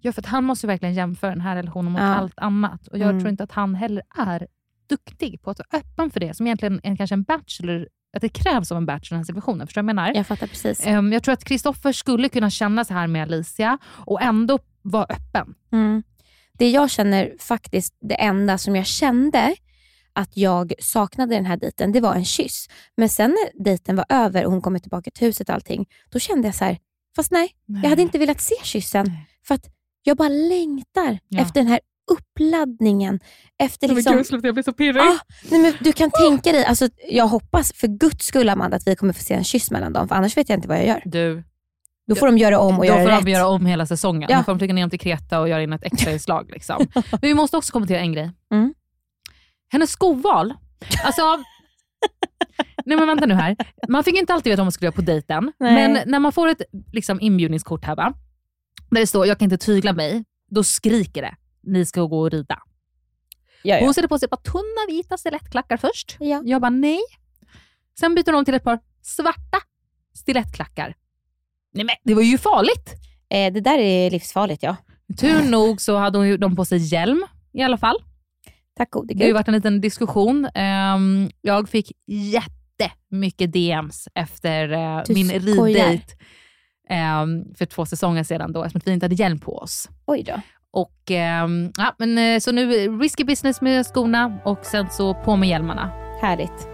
Ja, för att han måste ju verkligen jämföra den här relationen mot Ja. allt annat. Och jag Mm. tror inte att han heller är duktig på att vara öppen för det. Som egentligen är kanske en bachelor, att det krävs av en bachelor i den här situationen. Förstår du vad jag menar? Jag fattar precis. Um, jag tror att Kristoffer skulle kunna känna så här med Alicia och ändå vara öppen. Mm. Det jag känner faktiskt, det enda som jag kände att jag saknade den här dejten, det var en kyss. Men sen när dejten var över och hon kom tillbaka till huset och allting, då kände jag så här, fast nej, nej. jag hade inte velat se kyssen. Nej. För att jag bara längtar ja. efter den här uppladdningen. Efter liksom, men gud, jag blir så pirrig. Ah, nej, men du kan tänka dig, alltså, jag hoppas för guds skull, Amanda, att vi kommer få se en kyss mellan dem. För annars vet jag inte vad jag gör. Du, då får de göra om och då göra rätt. Då får de göra om hela säsongen. Ja. Då får de trycka ner dem till Kreta och göra in ett extra inslag. Liksom. Men vi måste också kommentera en grej. Mm. Hennes skoval. Alltså... Nej men vänta nu här. Man fick inte alltid veta om man skulle göra på dejten. Nej. Men när man får ett liksom, inbjudningskort här, va? Där det står, jag kan inte tygla mig. Då skriker det, ni ska gå och rida. Ja, ja. Hon sätter på sig ett par tunna vita stilettklackar först. Ja. Jag bara nej. Sen byter hon till ett par svarta stilettklackar. Nej men det var ju farligt. Eh, det där är livsfarligt, ja. Tur nog så hade hon ju dem på sig hjälm i alla fall. Tack gode Gud. Det har ju varit en liten diskussion. Um, jag fick jättemycket D Ms efter uh, min riddejt um, för två säsonger sedan då, eftersom vi inte hade hjälm på oss. Oj då. Och um, ja, men uh, så nu risky business med skorna och sen så på med hjälmarna. Härligt.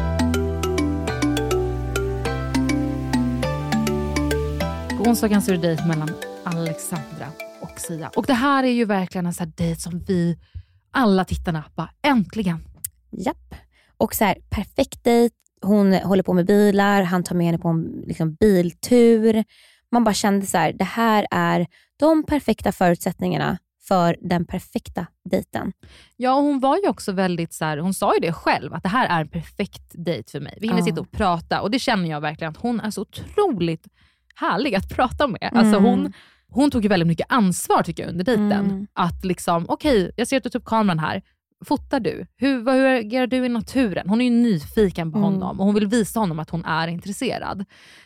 På onsdagen så är det dejt mellan Alexandra och Sia. Och det här är ju verkligen en sån här dejt som vi alla tittarna bara äntligen. Japp. Och så här, perfekt dejt. Hon håller på med bilar. Han tar med henne på en liksom, biltur. Man bara kände så här, det här är de perfekta förutsättningarna för den perfekta dejten. Ja, och hon var ju också väldigt så här, hon sa ju det själv, att det här är en perfekt dejt för mig. Vi hinner ja. sitta och prata och det känner jag verkligen att hon är så otroligt härlig att prata med. Mm. Alltså hon, hon tog ju väldigt mycket ansvar tycker jag under dejten. Mm. Att liksom, okej, okay, jag ser att du tog upp kameran här. Fotar du? Hur, hur agerar du i naturen? Hon är ju nyfiken på mm. honom och hon vill visa honom att hon är intresserad.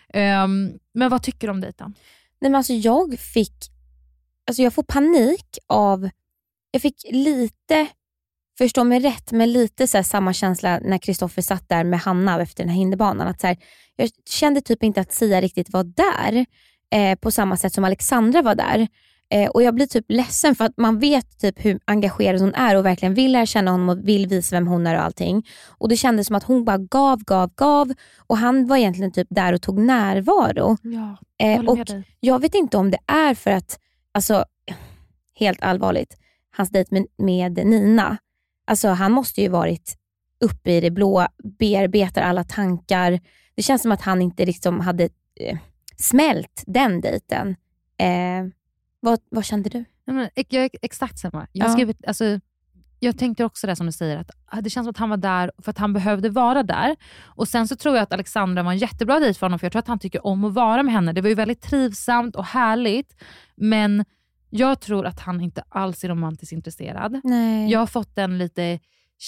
Um, men vad tycker du om dejten? Nej men alltså jag fick, alltså jag får panik av, jag fick lite, förstå mig rätt, men lite så här samma känsla när Kristoffer satt där med Hanna efter den här hinderbanan. Att så här, jag kände typ inte att Sia riktigt var där eh, på samma sätt som Alexandra var där. Eh, och jag blir typ ledsen för att man vet typ hur engagerad hon är och verkligen vill lära känna honom och vill visa vem hon är och allting. Och det kändes som att hon bara gav, gav, gav och han var egentligen typ där och tog närvaro. Ja, eh, och jag vet inte om det är för att, alltså helt allvarligt, hans dejt med, med Nina, alltså han måste ju varit uppe i det blå, bearbetar alla tankar. Det känns som att han inte liksom hade eh, smält den dejten. Eh, Vad, vad kände du? Jag är exakt samma. Jag, ja. skrivit, alltså, jag tänkte också det som du säger. Att det känns som att han var där för att han behövde vara där. Och sen så tror jag att Alexandra var en jättebra dejt för honom. För jag tror att han tycker om att vara med henne. Det var ju väldigt trivsamt och härligt. Men jag tror att han inte alls är romantiskt intresserad. Nej. Jag har fått den lite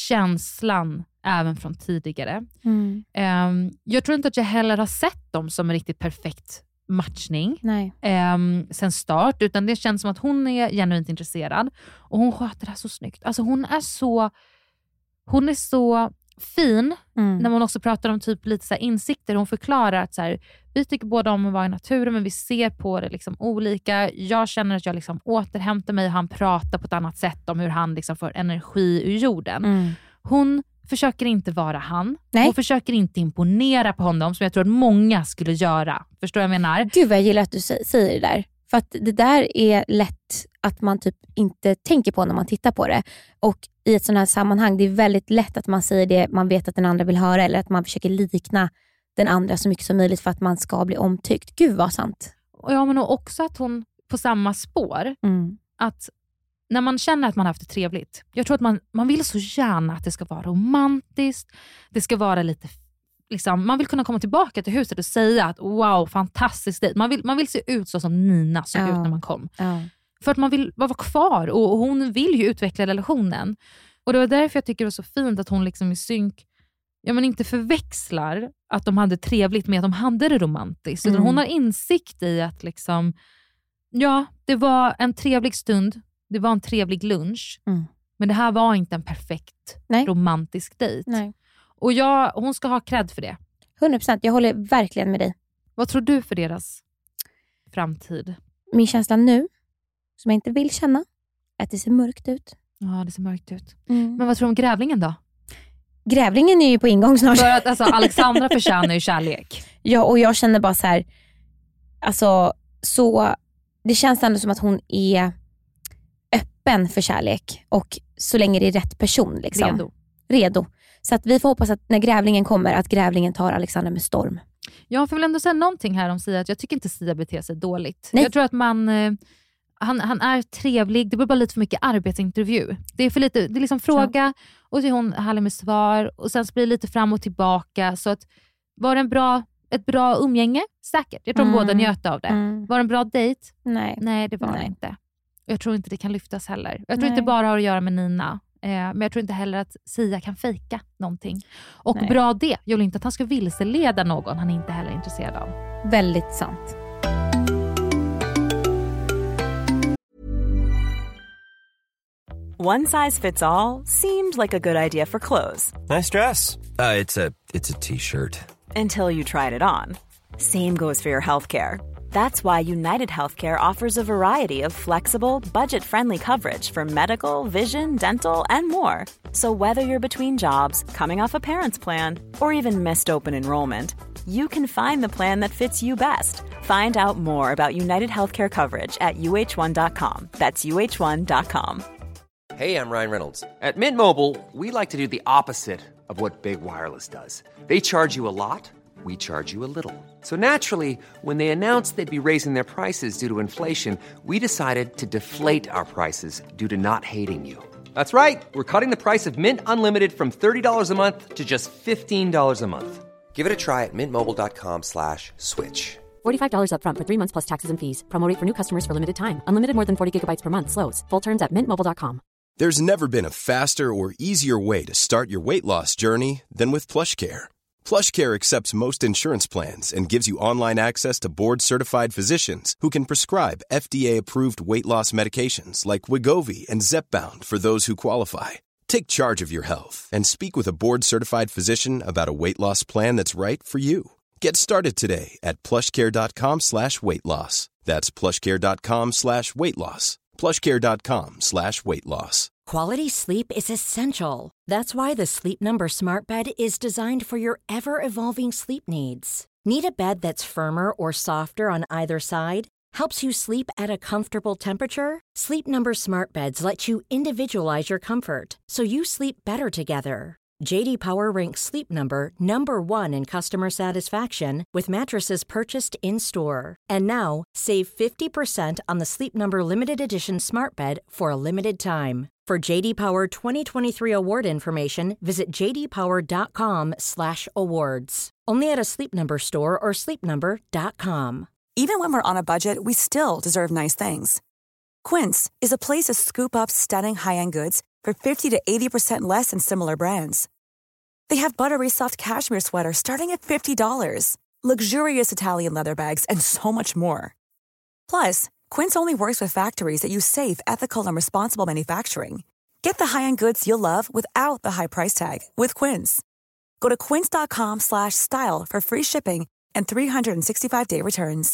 känslan även från tidigare. Mm. Um, jag tror inte att jag heller har sett dem som en riktigt perfekt matchning Nej. Um, sen start, utan det känns som att hon är genuint intresserad och hon sköter det här så snyggt. Alltså hon är så hon är så fin mm. när man också pratar om typ lite så här insikter. Hon förklarar att så här, vi tycker båda om att vara i naturen men vi ser på det liksom olika. Jag känner att jag liksom återhämtar mig och han pratar på ett annat sätt om hur han liksom får energi ur jorden. Mm. Hon försöker inte vara han. Nej. Hon försöker inte imponera på honom som jag tror att många skulle göra. Förstår jag menar? Gud vad jag gillar att du säger det där. För att det där är lätt att man typ inte tänker på när man tittar på det. Och i ett sådant här sammanhang, det är väldigt lätt att man säger det man vet att den andra vill höra. Eller att man försöker likna den andra så mycket som möjligt för att man ska bli omtyckt. Gud vad sant. Ja, men också att hon på samma spår. Mm. Att när man känner att man har haft det trevligt. Jag tror att man, man vill så gärna att det ska vara romantiskt. Det ska vara lite, liksom, man vill kunna komma tillbaka till huset och säga att wow, fantastiskt dejt. Man vill, man vill se ut så som Nina såg ja. ut när man kom. Ja. För att man vill vara kvar och, och hon vill ju utveckla relationen. Och det var därför jag tycker det var så fint att hon liksom i synk, ja men inte förväxlar att de hade trevligt med att de hade det romantiskt. Mm. Utan hon har insikt i att liksom Ja, det var en trevlig stund. Det var en trevlig lunch. Mm. Men det här var inte en perfekt Nej. romantisk dejt. Nej. Och jag, hon ska ha cred för det. hundra procent, jag håller verkligen med dig. Vad tror du för deras framtid? Min känsla nu, som jag inte vill känna, är att det ser mörkt ut. Ja, det ser mörkt ut. Mm. Men vad tror du om grävlingen då? Grävlingen är ju på ingång snart. För att alltså, Alexandra förtjänar ju kärlek. Ja, och jag känner bara så här, alltså så, det känns ändå som att hon är öppen för kärlek och så länge det är rätt person liksom. Redo. Redo. Så att vi får hoppas att när grävlingen kommer, att grävlingen tar Alexandra med storm. Jag får väl ändå säga någonting här om Sia, att jag tycker inte Sia beter sig dåligt. Nej. Jag tror att man eh, han, han är trevlig, det blir bara lite för mycket arbetsintervju. Det är för lite, det är liksom fråga och så är hon härlig med svar och sen så blir det lite fram och tillbaka. Så att var det en bra, ett bra umgänge? Säkert. Jag tror Mm. båda njöt av det. Mm. Var det en bra dejt? Nej. Nej, det var Nej. det inte. Jag tror inte det kan lyftas heller. Jag tror Nej. inte bara har att göra med Nina. Eh, men jag tror inte heller att Sia kan fejka någonting. Och Nej. bra det. Jag vill inte att han ska vilseleda någon han inte heller är intresserad av. Väldigt sant. One size fits all seemed like a good idea for clothes. Nice dress. Uh, it's a it's a t-shirt. Until you tried it on. Same goes for your healthcare. That's why United Healthcare offers a variety of flexible, budget-friendly coverage for medical, vision, dental, and more. So whether you're between jobs, coming off a parent's plan, or even missed open enrollment, you can find the plan that fits you best. Find out more about United Healthcare coverage at U H one dot com. That's U H one dot com. Hey, I'm Ryan Reynolds. At Mint Mobile, we like to do the opposite of what Big Wireless does. They charge you a lot, we charge you a little. So naturally, when they announced they'd be raising their prices due to inflation, we decided to deflate our prices due to not hating you. That's right. We're cutting the price of Mint Unlimited from thirty dollars a month to just fifteen dollars a month. Give it a try at mintmobile.com slash switch. forty-five dollars up front for three months plus taxes and fees. Promo rate for new customers for limited time. Unlimited more than forty gigabytes per month. Slows full terms at mint mobile dot com. There's never been a faster or easier way to start your weight loss journey than with PlushCare. PlushCare accepts most insurance plans and gives you online access to board-certified physicians who can prescribe F D A-approved weight loss medications like Wegovy and Zepbound for those who qualify. Take charge of your health and speak with a board-certified physician about a weight loss plan that's right for you. Get started today at plushcare.com slash weight loss. That's plushcare.com slash weight loss. plushcare.com slash weight loss. Quality sleep is essential. That's why the Sleep Number Smart Bed is designed for your ever-evolving sleep needs. Need a bed that's firmer or softer on either side? Helps you sleep at a comfortable temperature? Sleep Number Smart Beds let you individualize your comfort, so you sleep better together. J D Power ranks Sleep Number number one in customer satisfaction with mattresses purchased in-store. And now, save fifty percent on the Sleep Number Limited Edition Smart Bed for a limited time. For J D Power twenty twenty-three award information, visit j d power dot com slash awards. Only at a Sleep Number store or sleep number dot com. Even when we're on a budget, we still deserve nice things. Quince is a place to scoop up stunning high-end goods for fifty to eighty percent less than similar brands. They have buttery soft cashmere sweaters starting at fifty dollars, luxurious Italian leather bags, and so much more. Plus, Quince only works with factories that use safe, ethical, and responsible manufacturing. Get the high-end goods you'll love without the high price tag with Quince. Go to quince.com slash style for free shipping and three sixty-five day returns.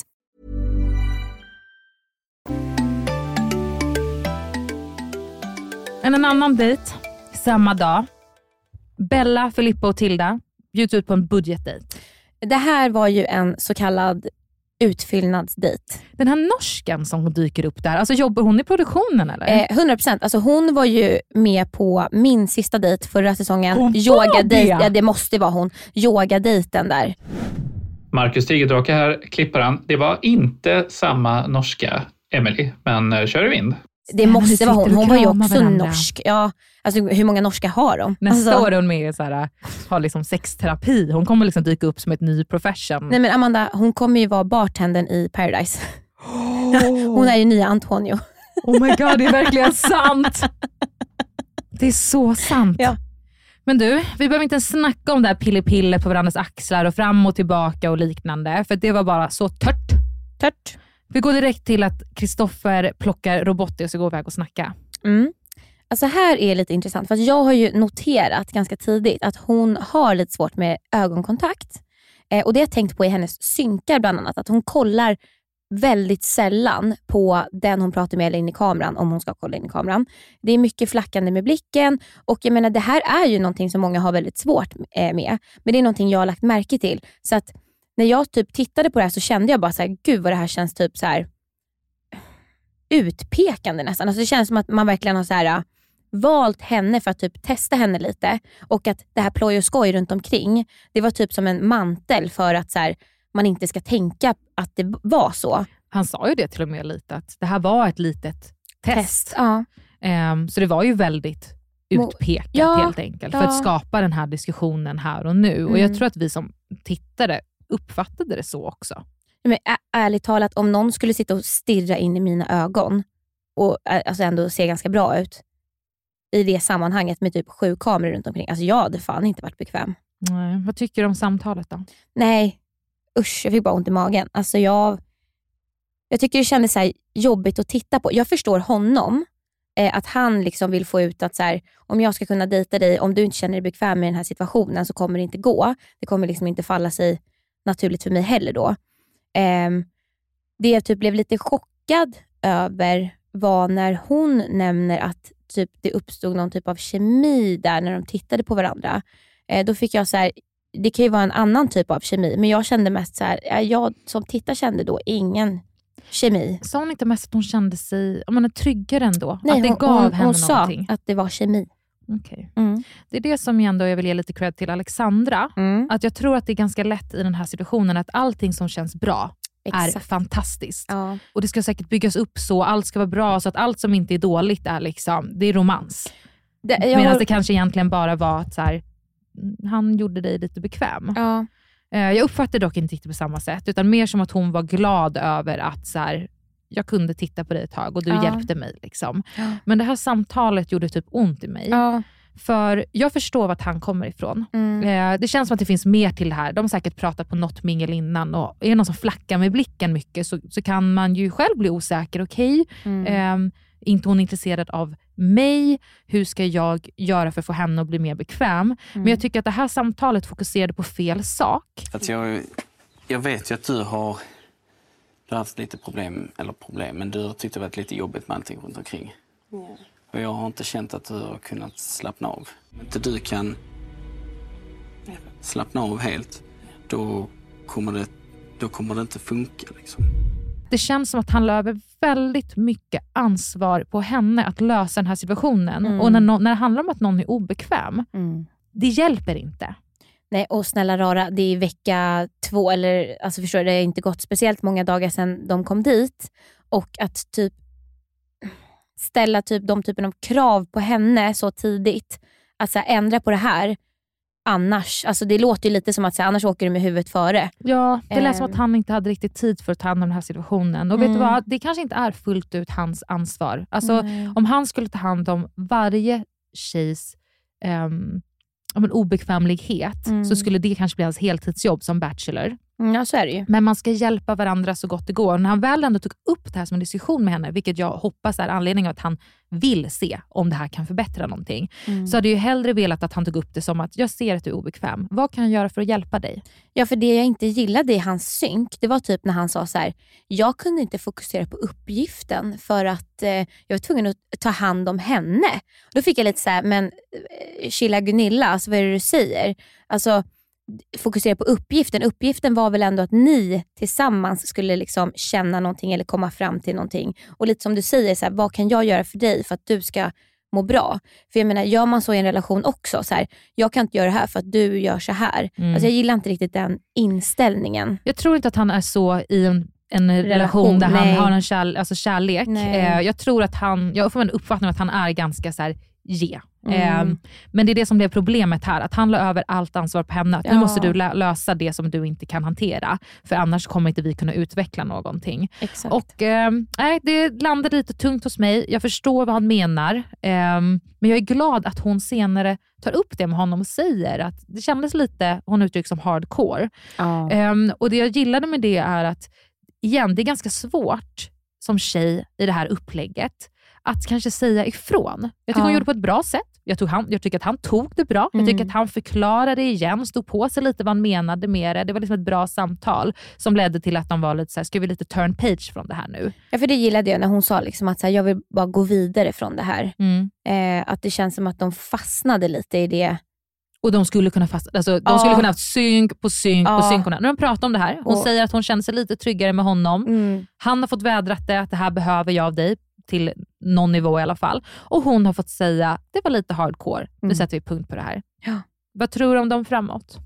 En, en annan dejt, samma dag. Bella, Filippa och Tilda bjuds ut på en budgetdejt. Det här var ju en så kallad utfyllnadsdejt. Den här norskan som dyker upp där, alltså jobbar hon i produktionen eller? Eh, hundra procent. Alltså hon var ju med på min sista dejt förra säsongen. Hon Yoga det? dejt, ja det måste vara hon. Yoga-dejten där. Marcus Tigerdrake här, klipparen. Det var inte samma norska Emily, men kör i vind. Det måste vara hon. Hon var ju också varandra. norsk. Ja, alltså hur många norska har de? Nästa alltså, år är hon med så här, har liksom sexterapi. Hon kommer liksom dyka upp som ett ny profession. Nej men Amanda, hon kommer ju vara bartendern i Paradise. Oh. Hon är ju nya Antonio. Oh my god, det är verkligen sant. Det är så sant. Ja. Men du, vi behöver inte ens snacka om det här pille-pille på varandras axlar och fram och tillbaka och liknande. För det var bara så tört. Tört. Vi går direkt till att Kristoffer plockar roboter och så går iväg och snacka. Mm. Alltså här är lite intressant, för att jag har ju noterat ganska tidigt att hon har lite svårt med ögonkontakt. Eh, och det har jag tänkt på i hennes synkar bland annat, att hon kollar väldigt sällan på den hon pratar med eller in i kameran, om hon ska kolla in i kameran. Det är mycket flackande med blicken, och jag menar, det här är ju någonting som många har väldigt svårt eh, med. Men det är någonting jag har lagt märke till. Så att när jag typ tittade på det här så kände jag bara så här, gud vad det här känns typ så här utpekande nästan. Alltså det känns som att man verkligen har så här valt henne för att typ testa henne lite, och att det här ploj och skoj runt omkring, det var typ som en mantel för att så här, man inte ska tänka att det var så. Han sa ju det till och med lite, att det här var ett litet test. test ja. um, så det var ju väldigt utpekat ja, helt enkelt ja. för att skapa den här diskussionen här och nu. Mm. Och jag tror att vi som tittare uppfattade det så också. Men ä- ärligt talat, om någon skulle sitta och stirra in i mina ögon och alltså ändå se ganska bra ut i det sammanhanget med typ sju kameror runt omkring. Alltså jag hade fan inte varit bekväm. Nej. Vad tycker du om samtalet då? Nej, usch, jag fick bara ont i magen. Alltså jag, jag tycker det kändes så här jobbigt att titta på. Jag förstår honom, eh, att han liksom vill få ut att så här, om jag ska kunna dejta dig, om du inte känner dig bekväm med den här situationen så kommer det inte gå. Det kommer liksom inte falla sig naturligt för mig heller då. Eh, det jag typ blev lite chockad över var när hon nämner att typ det uppstod någon typ av kemi där när de tittade på varandra. Eh, då fick jag så här, det kan ju vara en annan typ av kemi, men jag kände mest så här, jag som tittar kände då ingen kemi. Sa hon inte mest att hon kände sig, om man är tryggare ändå? Nej, att det hon, gav hon, henne hon någonting? sa att det var kemi. Okay. Mm. Det är det som jag ändå jag vill ge lite cred till Alexandra. Mm. Att jag tror att det är ganska lätt i den här situationen att allting som känns bra Exakt. är fantastiskt. Ja. Och det ska säkert byggas upp så, allt ska vara bra, så att allt som inte är dåligt är liksom, det är romans. Det, Medan har... det kanske egentligen bara var att så här, han gjorde dig lite bekväm. Ja. Jag uppfattar dock inte riktigt på samma sätt, utan mer som att hon var glad över att så här, jag kunde titta på dig ett tag och du ja. hjälpte mig. Liksom. Ja. Men det här samtalet gjorde typ ont i mig. Ja. För jag förstår vart han kommer ifrån. Mm. Det känns som att det finns mer till det här. De har säkert pratat på något mingel innan, och är det någon som flackar med blicken mycket så, så kan man ju själv bli osäker. Okej, okay? mm. eh, inte hon intresserad av mig? Hur ska jag göra för att få henne att bli mer bekväm? Mm. Men jag tycker att det här samtalet fokuserade på fel sak. Att jag, jag vet ju att du har, du har haft lite problem, eller problem, men du har tyckt det varit lite jobbigt med allting runt omkring. Mm. Och jag har inte känt att du har kunnat slappna av. Om inte du kan slappna av helt, då kommer det, då kommer det inte funka. Liksom. Det känns som att han la över väldigt mycket ansvar på henne att lösa den här situationen. Mm. Och när, no- när det handlar om att någon är obekväm, mm. det hjälper inte. Nej, och snälla rara, det är vecka två, eller alltså förstår du, det har inte gått speciellt många dagar sedan de kom dit. Och att typ ställa typ de typen av krav på henne så tidigt, att så här, ändra på det här annars, alltså det låter ju lite som att så här, annars åker du med huvudet före. Ja, det lät som um. att han inte hade riktigt tid för att ta hand om den här situationen. Och Mm. vet du vad, det kanske inte är fullt ut hans ansvar. Alltså Mm. om han skulle ta hand om varje tjejs um, om en obekvämlighet, Mm. så skulle det kanske bli hans heltidsjobb som bachelor. Ja, så är det ju. Men man ska hjälpa varandra så gott det går. Och när han väl ändå tog upp det här som en diskussion med henne, vilket jag hoppas är anledningen att han vill se om det här kan förbättra någonting, Mm. så hade jag ju hellre velat att han tog upp det som att jag ser att du är obekväm. Vad kan jag göra för att hjälpa dig? Ja, för det jag inte gillade i hans synk, det var typ när han sa så här: jag kunde inte fokusera på uppgiften för att eh, jag var tvungen att ta hand om henne. Då fick jag lite så här, men eh, chilla Gunilla, alltså vad är det du säger? Alltså fokusera på uppgiften. Uppgiften var väl ändå att ni tillsammans skulle liksom känna någonting eller komma fram till någonting. Och lite som du säger, så här, vad kan jag göra för dig för att du ska må bra? För jag menar, gör man så i en relation också, så här, jag kan inte göra det här för att du gör så här. Mm. Alltså jag gillar inte riktigt den inställningen. Jag tror inte att han är så i en, en relation, Relation, där nej. han har en kärl, alltså kärlek. Nej. Eh, jag tror att han, jag får en uppfattning att han är ganska så här, ge. Mm. Eh, men det är det som blev problemet här, att han la över allt ansvar på henne. Att Ja. nu måste du lö- lösa det som du inte kan hantera, för annars kommer inte vi kunna utveckla någonting. Exakt. Och eh, nej, det landade lite tungt hos mig. Jag förstår vad han menar, eh, men jag är glad att hon senare tar upp det med honom och säger att det kändes lite, hon uttrycker som hardcore. Ja. Eh, och det jag gillade med det är att igen, det är ganska svårt som tjej i det här upplägget att kanske säga ifrån. Jag tycker ja. hon gjorde det på ett bra sätt. Jag, tog han, jag tycker att han tog det bra. Mm. Jag tycker att han förklarade igen, stod på sig lite vad han menade med det. Det var liksom ett bra samtal som ledde till att de var lite så här, ska vi lite turn page från det här nu? Ja, för det gillade jag när hon sa liksom att så här, jag vill bara gå vidare från det här. Mm. Eh, att det känns som att de fastnade lite i det. Och de skulle kunna fast, alltså, de ja. skulle kunna ha synk på synk ja. på synk. När de pratar om det här, hon och. säger att hon känner sig lite tryggare med honom. Mm. Han har fått vädrat det, att det här behöver jag av dig till någon nivå i alla fall. Och hon har fått säga, det var lite hardcore. Mm. Nu sätter vi punkt på det här. Ja. Vad tror du om dem framåt?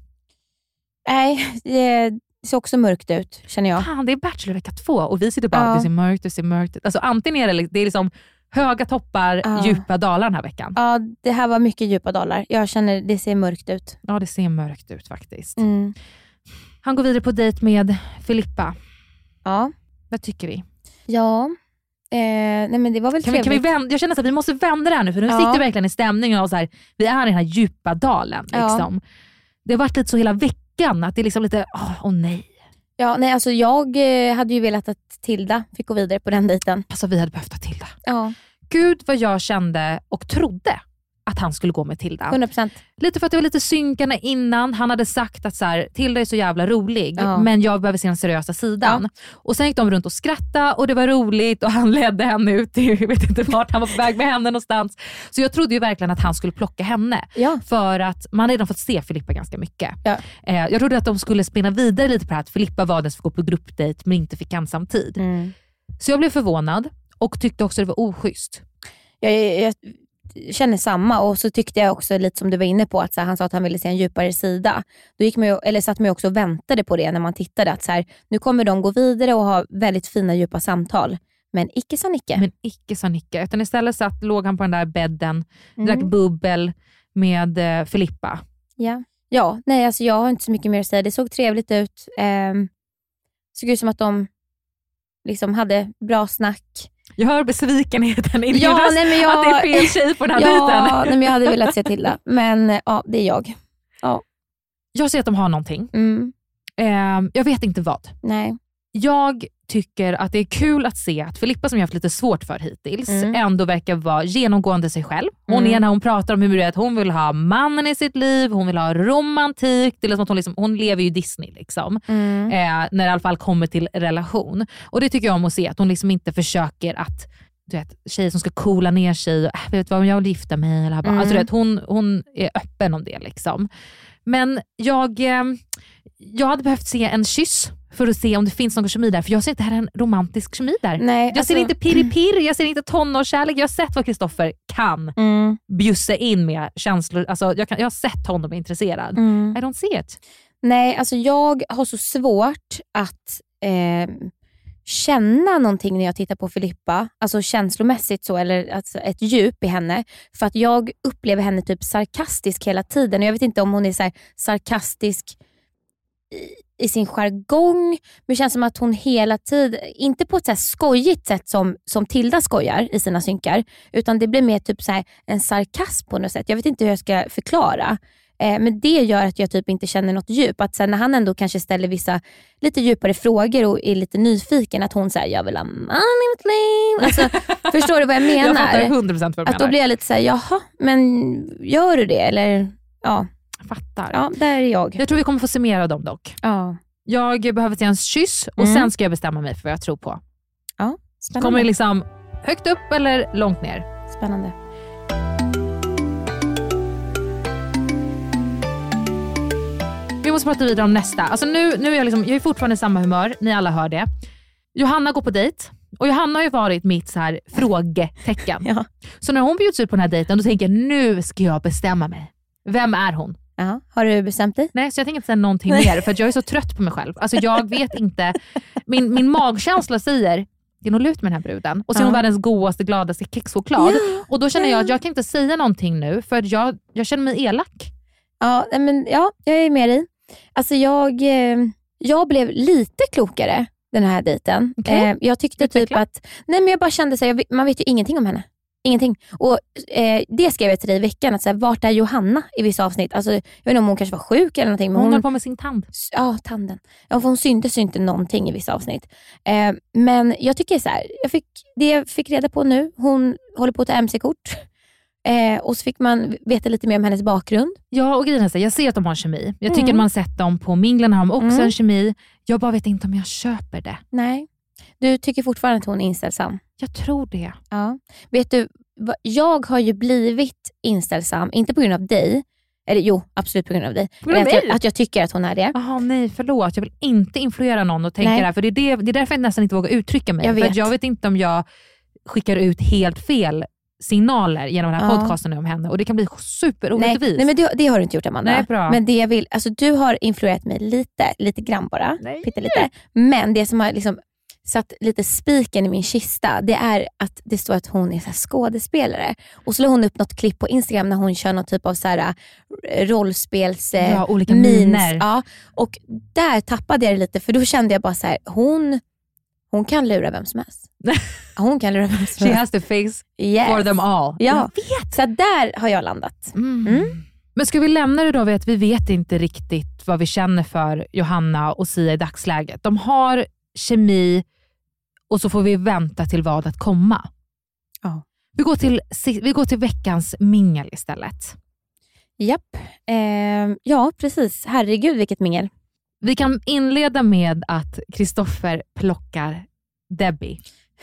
Nej, det ser också mörkt ut, känner jag. Fan, det är Bachelor vecka två och vi sitter bara, ja. det ser mörkt, det ser mörkt ut. Alltså antingen är det, det är liksom höga toppar, ja. djupa dalar den här veckan. Ja, det här var mycket djupa dalar. Jag känner, det ser mörkt ut. Ja, det ser mörkt ut faktiskt. Mm. Han går vidare på dejt med Filippa. Ja. Vad tycker vi? Ja, eh, nej men det var väl kan vi, trevligt. kan vi vända, jag känner att vi måste vända det här nu, för nu ja. sitter vi verkligen i stämningen och så här, vi är i den här djupa dalen. Liksom. Ja. Det har varit lite så hela veckan, att det är liksom lite, åh oh, oh, nej. Ja, nej, alltså jag eh, hade ju velat att Tilda fick gå vidare på den dejten. Alltså vi hade behövt ha Tilda. Ja. Gud vad jag kände och trodde att han skulle gå med Tilda. hundra procent. Lite för att det var lite synkarna innan. Han hade sagt att så här, Tilda är så jävla rolig, ja. men jag behöver se den seriösa sidan. Ja. Och sen gick de runt och skrattade och det var roligt och han ledde henne ut till, jag vet inte vart, han var på väg med henne någonstans. Så jag trodde ju verkligen att han skulle plocka henne. Ja. För att man hade redan fått se Filippa ganska mycket. Ja. Eh, jag trodde att de skulle spinna vidare lite på det här, att Filippa var den som gå på gruppdejt men inte fick ensam tid. Mm. Så jag blev förvånad och tyckte också att det var oschysst. Jag, jag, jag känner samma, och så tyckte jag också lite som du var inne på att så här, han sa att han ville se en djupare sida. Då gick man ju, eller satt man ju också och väntade på det när man tittade, att så här, nu kommer de gå vidare och ha väldigt fina djupa samtal. Men icke sa Nicke. Men icke sa Nicke. Utan istället satt, låg han på den där bädden, mm. drack bubbel med eh, Filippa. Ja, ja nej, alltså jag har inte så mycket mer att säga. Det såg trevligt ut. Eh, såg ut som att de liksom hade bra snack. Jag hör besvikenheten i din ja, röst, nej, men jag, att det är fel tjej på den här ja, biten. Nej, men jag hade velat se till det. Men ja, det är jag. Ja. Jag ser att de har någonting. Mm. Eh, jag vet inte vad. Nej. Jag tycker att det är kul att se att Filippa, som jag har haft lite svårt för hittills, mm. ändå verkar vara genomgående sig själv. Hon mm. är när hon pratar om hur det är att hon vill ha mannen i sitt liv, hon vill ha romantik. Det är liksom att hon, liksom, hon lever ju Disney liksom. Mm. Eh, när det i alla fall kommer till relation. Och det tycker jag om att se, att hon liksom inte försöker att, du vet, tjejer som ska coola ner sig och äh, vet vad, om jag vill gifta mig eller bara. Mm. Alltså, du vet, hon, hon är öppen om det liksom. Men jag, eh, jag hade behövt se en kyss för att se om det finns någon kemi där. För jag ser inte här en romantisk kemi där. Nej, jag alltså, ser inte pirri-pirr, jag ser inte tonårskärlek. Jag har sett vad Kristoffer kan mm. bjussa in med känslor. Alltså, jag, kan, jag har sett honom intresserad. Mm. I don't see it. Nej, alltså jag har så svårt att eh, känna någonting när jag tittar på Filippa. Alltså känslomässigt så, eller alltså ett djup i henne. För att jag upplever henne typ sarkastisk hela tiden. Och jag vet inte om hon är så här sarkastisk i, i sin jargong. Men det känns som att hon hela tiden, inte på ett så här skojigt sätt som, som Tilda skojar i sina synkar. Utan det blir mer typ så här en sarkasm på något sätt. Jag vet inte hur jag ska förklara. Eh, men det gör att jag typ inte känner något djup. Att så här, när han ändå kanske ställer vissa lite djupare frågor och är lite nyfiken, att hon säger jag vill ha man i mitt liv. Alltså, förstår du vad jag menar? Jag fattar hundra procent vad du att menar. då blir jag lite så här, jaha, men gör du det? Eller ja. Fattar. Ja, där är jag. Jag tror vi kommer få se mer av dem dock. Ja. Jag behöver se en kyss och mm. sen ska jag bestämma mig för vad jag tror på. Ja, spännande. Kommer det liksom högt upp eller långt ner? Spännande. Vi måste prata vidare om nästa. Alltså nu, nu är jag, liksom, jag är fortfarande i samma humör. Ni alla hör det. Johanna går på dejt. Och Johanna har ju varit mitt så här frågetecken. Ja. Så när hon bjuds ut på den här dejten, då tänker jag, nu ska jag bestämma mig. Vem är hon? Ja. Har du bestämt dig? Nej, så jag tänker inte säga någonting mer. För att jag är så trött på mig själv. Alltså jag vet inte. Min, min magkänsla säger, det är nog lut med den här bruden. Och så är hon ja. världens godaste, gladaste kexchoklad. Ja. Och då känner jag att jag kan inte säga någonting nu. För jag, jag känner mig elak. Ja, men ja, jag är med dig. Alltså jag, jag blev lite klokare den här dejten. Okay. Jag tyckte typ att, nej men jag bara kände så här, man vet ju ingenting om henne. Ingenting. Och eh, det skrev jag till dig i veckan. Att så här, vart är Johanna i vissa avsnitt? Alltså, jag vet inte om hon kanske var sjuk eller någonting. Men hon hon höll på med sin tand. Ja, tanden. Ja, för hon syntes ju inte någonting i vissa avsnitt. Eh, men jag tycker så här. Jag fick, det jag fick reda på nu. Hon håller på att ta M C-kort. Eh, och så fick man veta lite mer om hennes bakgrund. Ja, och grejen är så här, jag ser att de har en kemi. Jag tycker Mm. att man har sett dem på minglen, har de också Mm. en kemi. Jag bara vet inte om jag köper det. Nej. Du tycker fortfarande att hon är inställsam? Jag tror det. Ja. Vet du, vad- jag har ju blivit inställsam, inte på grund av dig. Eller jo, absolut på grund av dig. På grund av Eller att, mig? jag, att jag tycker att hon är det. Jaha, nej förlåt. Jag vill inte influera någon och tänka Nej. det här. För det är, det, det är därför jag nästan inte vågar uttrycka mig. Jag För vet. att jag vet inte om jag skickar ut helt fel signaler genom den här Ja. podcasten om henne. Och det kan bli Nej, superorättvist. nej men det, det har du inte gjort, Amanda. Nej, bra. Men det jag vill, alltså du har influerat mig lite, lite grann bara. Nej. Pyttelite. Men det som har liksom satt lite spiken i min kista, det är att det står att hon är så här skådespelare. Och så la hon upp något klipp på Instagram när hon kör någon typ av så här äh, rollspels äh, Ja, olika memes. miner. Ja, och där tappade jag det lite, för då kände jag bara så här, hon, hon kan lura vem som helst. Hon kan lura vem som She helst. has the face Yes. for them all. Ja, så där har jag landat. Mm. Mm. Men ska vi lämna det då vid att vi vet inte riktigt vad vi känner för Johanna och Sia i dagsläget. De har kemi och så får vi vänta till vad att komma. Ja. Vi går till, vi går till veckans mingel istället. Japp. Eh, ja, precis. Herregud, vilket mingel. Vi kan inleda med att Kristoffer plockar Debbie.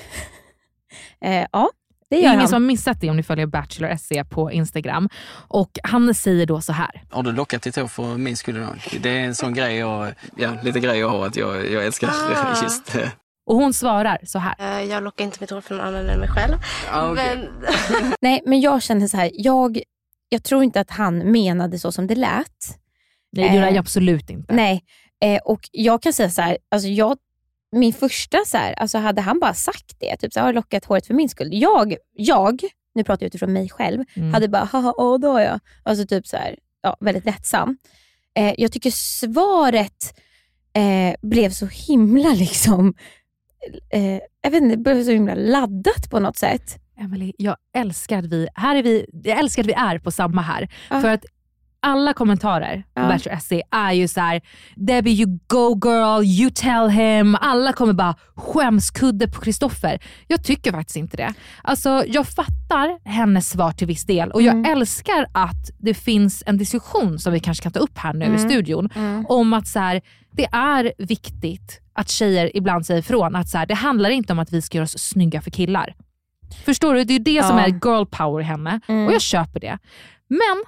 Eh, ja, det Det gör är ingen han. som har missat det om ni följer Bachelor S C på Instagram. Och han säger då så här. Har du lockat ditt hår för min skull då? Det är en sån grej jag, ja, lite grej jag har att jag, jag älskar Ah. just det. Och hon svarar så här. Eh, Jag lockar inte mitt hår från någon annan än mig själv. Ah, okej. Men Nej, men jag känner så här. Jag, jag tror inte att han menade så som det lät. Nej, det gör jag Eh, absolut inte. Nej, eh, och jag kan säga så här. Alltså jag, min första så här, alltså hade han bara sagt det, typ så här, har jag lockat håret för min skull. Jag, jag nu pratar jag utifrån mig själv, Mm. hade bara, haha, åh då har jag. Alltså typ så här, ja, väldigt lättsam. Eh, jag tycker svaret eh, blev så himla liksom, eh, jag vet inte, det blev så himla laddat på något sätt. Emily, jag älskar att vi, här är vi, jag älskar att vi är på samma här. Ja. För att alla kommentarer på Ja. Bachelor S C är ju så här: Debbie, you go girl, you tell him. Alla kommer bara skämskudde på Kristoffer. Jag tycker faktiskt inte det. Alltså, jag fattar hennes svar till viss del. Och jag Mm. älskar att det finns en diskussion som vi kanske kan ta upp här nu Mm. i studion. Mm. Om att så här, det är viktigt att tjejer ibland säger ifrån. Att så här, det handlar inte om att vi ska göra oss snygga för killar. Förstår du? Det är det som Ja. är girl power i henne. Mm. Och jag köper det. Men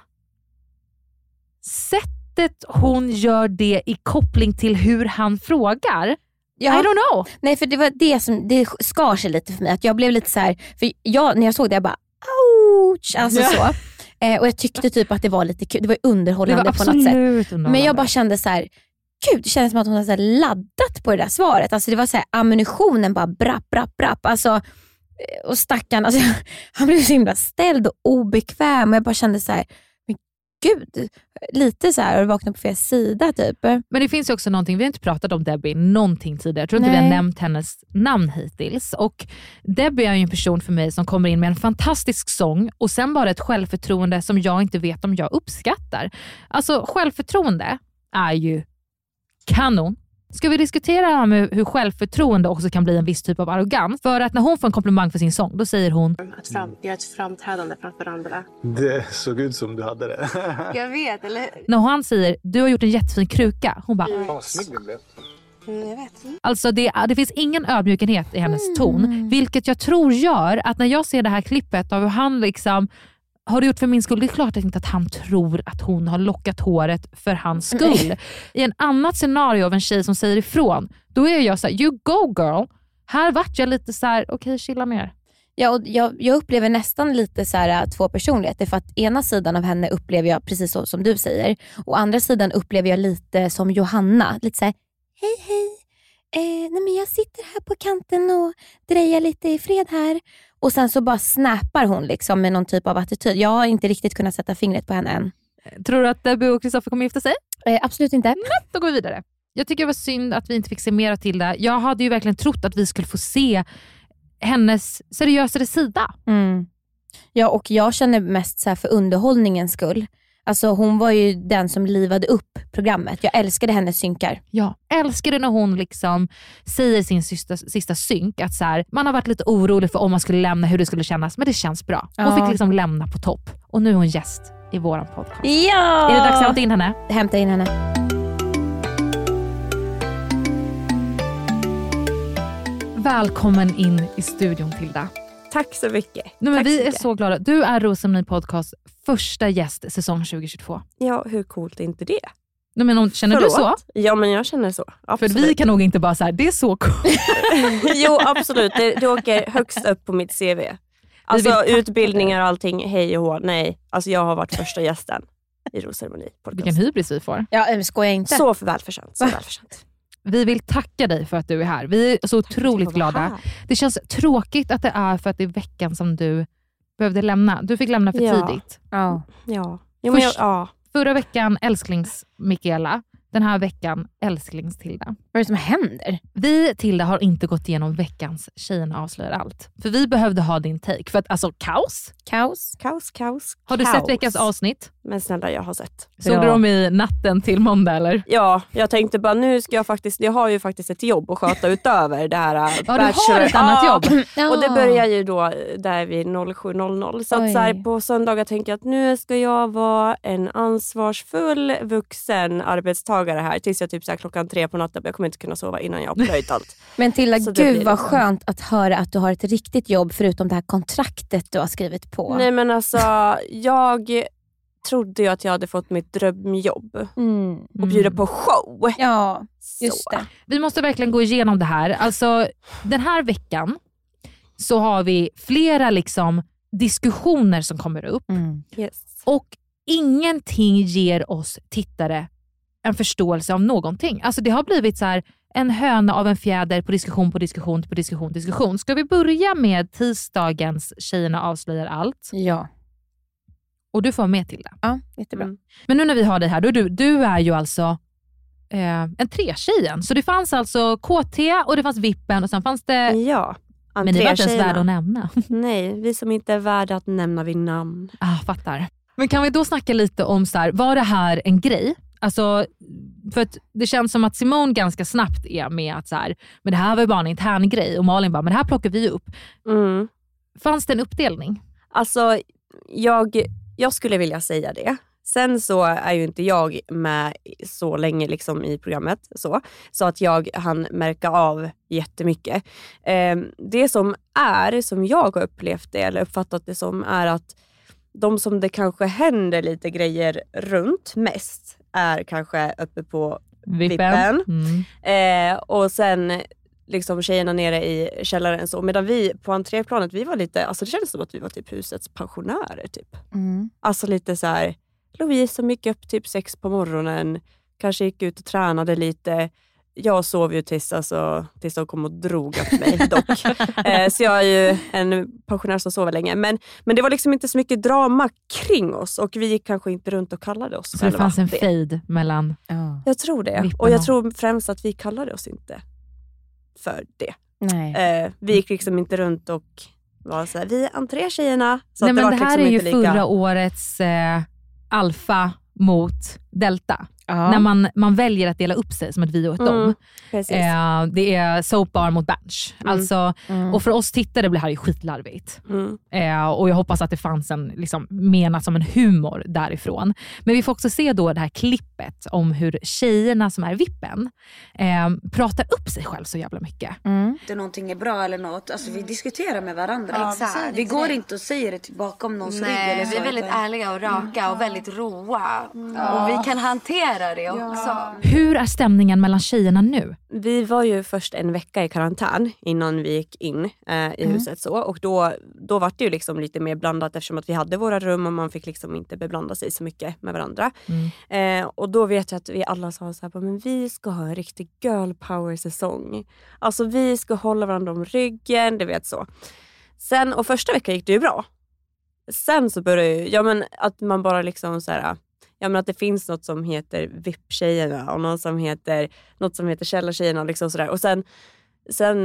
sättet hon gör det i koppling till hur han frågar, Ja. I don't know. Nej, för det var det som det skar sig lite för mig. Att jag blev lite så här, för jag, när jag såg det, jag bara ouch, alltså Ja. så. Eh, och jag tyckte typ att det var lite kul, det var Det underhållande var på något sätt. absolut underhållande. Men jag bara kände så här, gud, det kändes som att hon hade så här laddat på det där svaret. Alltså det var så här, ammunitionen bara brapp, brapp, brapp. Alltså, eh, och stackarn, alltså, han blev så himla ställd och obekväm. Och jag bara kände så här, men gud, lite så här, och vaknade på fel sida typ. Men det finns ju också någonting, vi har inte pratat om Debbie någonting tidigare. Jag tror inte vi har Nej. nämnt hennes namn hittills. Och Debbie är ju en person för mig som kommer in med en fantastisk sång och sen bara ett självförtroende som jag inte vet om jag uppskattar. Alltså självförtroende är ju kanon. Ska vi diskutera här med hur självförtroende också kan bli en viss typ av arrogans? För att när hon får en komplimang för sin sång, då säger hon att fram, göra ett framträdande framför andra. Det såg ut som du hade det. Jag vet, eller? när han säger, du har gjort en jättefin kruka. Hon bara, Fan vad snygg du blev. Mm, jag vet. alltså det, det finns ingen ödmjukhet i hennes ton. Vilket jag tror gör att när jag ser det här klippet av hur han liksom, har du gjort för min skull? Det är klart att inte att han tror att hon har lockat håret för hans skull. I en annat scenario av en tjej som säger ifrån, då är jag så här, you go girl. Här vart jag lite så här, okej, okay, chilla mer. Ja, och jag, jag upplever nästan lite så här, två personligheter. För att ena sidan av henne upplever jag precis så, som du säger. Och andra sidan upplever jag lite som Johanna. Lite så här, hej hej. Eh, nej men jag sitter här på kanten och drejar lite i fred här. Och sen så bara snappar hon liksom med någon typ av attityd. Jag har inte riktigt kunnat sätta fingret på henne än. Tror du att Debbie och Kristoffer kommer gifta sig? Eh, absolut inte. Nej, då går vi vidare. Jag tycker det var synd att vi inte fick se mer till det. Jag hade ju verkligen trott att vi skulle få se hennes seriösare sida. Mm. Ja, och jag känner mest så här för underhållningens skull. Alltså hon var ju den som livade upp programmet. Jag älskade hennes synkar. Ja, älskade när hon liksom säger sin sista, sista synk. Att så här, man har varit lite orolig för om man skulle lämna, hur det skulle kännas. Men det känns bra. Hon Ja. fick liksom lämna på topp. Och nu är hon gäst i våran podcast. Ja! Är det dags att hämta in henne? Hämta in henne. Välkommen in i studion, Tilda. Tack så mycket. Nej, men Tack vi så är mycket. så glada. Du är Rosceremoni Podcast första gäst säsong tjugo tjugotvå. Ja, hur coolt är inte det? Nej, men om, känner Förlåt? du så? Ja, men jag känner så. Absolut. För vi kan nog inte bara så här, det är så coolt. Jo, absolut. Det, det åker högst upp på mitt C V. Alltså tacka utbildningar och allting, hej och hå. Nej, alltså jag har varit första gästen i Rosceremoni Podcast. Vilken hybris vi får. Ja, skojar inte. Så för välförtjänt. Så välförtjänt. Vi vill tacka dig för att du är här. Vi är så otroligt glada. här. Det känns tråkigt att det är för att det är veckan som du behövde lämna. Du fick lämna för Ja. tidigt. Ja. Ja. Jo, men jag, Först- ja. Förra veckan älsklings Mikaela. Den här veckan älsklings Tilda. Vad är det som händer? Vi, Tilda, har inte gått igenom veckans Tjejerna avslöjar allt. För vi behövde ha din take. För att alltså, kaos. Kaos. Kaos, kaos, Har du kaos. sett veckans avsnitt? Men snälla, jag har sett. Såg Bra. du dem i natten till måndag eller? Ja, jag tänkte bara nu ska jag faktiskt, jag har ju faktiskt ett jobb att sköta utöver det här. Ja, du har ett annat jobb. Ja. Och det börjar ju då där vid sju noll noll. Så, att Oj. så här, på söndagar tänker jag att nu ska jag vara en ansvarsfull vuxen arbetstagare här. Tills jag typ så här, klockan tre på natten. Jag kommer inte kunna sova innan jag har plöjt allt. Men Tilda, Så det gud blir vad liksom- skönt att höra att du har ett riktigt jobb förutom det här kontraktet du har skrivit på. Nej men alltså, jag trodde ju att jag hade fått mitt drömjobb. Mm. Och bjuda på show. Ja, just Så. det. Vi måste verkligen gå igenom det här. Alltså, den här veckan så har vi flera liksom diskussioner som kommer upp. Mm. Yes. Och ingenting ger oss tittare en förståelse av någonting. Alltså det har blivit så här en höna av en fjäder på diskussion på diskussion på diskussion diskussion. Ska vi börja med tisdagens Tjejerna avslöjar allt? Ja. Och du får med till det. Ja, jättebra. Mm. Men nu när vi har dig här, då är du, du är ju alltså eh, en tretjejen. Så det fanns alltså K T och det fanns Vippen och sen fanns det... Ja. Men ni var inte ens Entrétjejerna. värda att nämna. Nej, vi som inte är värda att nämna vid namn. Ah, fattar. Men kan vi då snacka lite om så här, var det här en grej? Alltså, för att det känns som att Simone ganska snabbt är med att så här, men det här var ju bara en intern grej. Och Malin bara, men det här plockar vi upp. Mm. Fanns det en uppdelning? Alltså, jag, jag skulle vilja säga det. Sen så är ju inte jag med så länge liksom i programmet så, så att jag hann märka av jättemycket. Eh, det som är, som jag har upplevt det eller uppfattat det som, är att de som det kanske händer lite grejer runt mest är kanske uppe på Vippen. Vippen. Mm. Eh, och sen liksom tjejerna nere i källaren så. Medan vi på entréplanet, vi var lite, alltså det kändes som att vi var typ husets pensionärer typ. Mm. Alltså lite så här, Louise som gick upp typ sex på morgonen, kanske gick ut och tränade lite. Jag sov ju tills, alltså, tills de kom och drog upp mig dock. eh, så jag är ju en pensionär som sover länge. Men, men det var liksom inte så mycket drama kring oss. Och vi gick kanske inte runt och kallade oss Så det själva fanns en det. fade mellan... Ja. Jag tror det. Vippen Och jag och- tror främst att vi kallade oss inte för det. Nej. Eh, vi gick liksom inte runt och var så här, vi är entrétjejerna. Så Nej, att men var det här liksom är ju inte lika... förra årets eh, alfa mot delta. Ja. När man, man väljer att dela upp sig som ett vi och ett Mm, dem. precis. Eh, det är soapbar mot bench. Mm. Alltså, Mm. och för oss tittare blir det här ju skitlarvigt. Mm. Eh, och jag hoppas att det fanns en, liksom, menat som en humor därifrån. Men vi får också se då det här klippet om hur tjejerna som är Vippen eh, pratar upp sig själv så jävla mycket. Mm. Inte någonting är bra eller något. Alltså vi diskuterar med varandra. Ja, Exakt. vi säger det Vi till går dig. inte och säger det bakom någons Nej, rygg eller så. vi är väldigt utan- ärliga och raka och väldigt råa. Ja. Och vi kan hantera det också. Hur är stämningen mellan tjejerna nu? Vi var ju först en vecka i karantän innan vi gick in eh, i Mm. huset så. Och då, då var det ju liksom lite mer blandat eftersom att vi hade våra rum och man fick liksom inte beblanda sig så mycket med varandra. Mm. Eh, och då vet jag att vi alla sa så här, men vi ska ha en riktig girl power säsong. Alltså vi ska hålla varandra om ryggen, det vet så. Sen, och första veckan gick det ju bra. Sen så började ju, ja men att man bara liksom så här, ja men att det finns något som heter V I P-tjejerna och något som heter, något som heter Källartjejerna och liksom sådär. Och sen, sen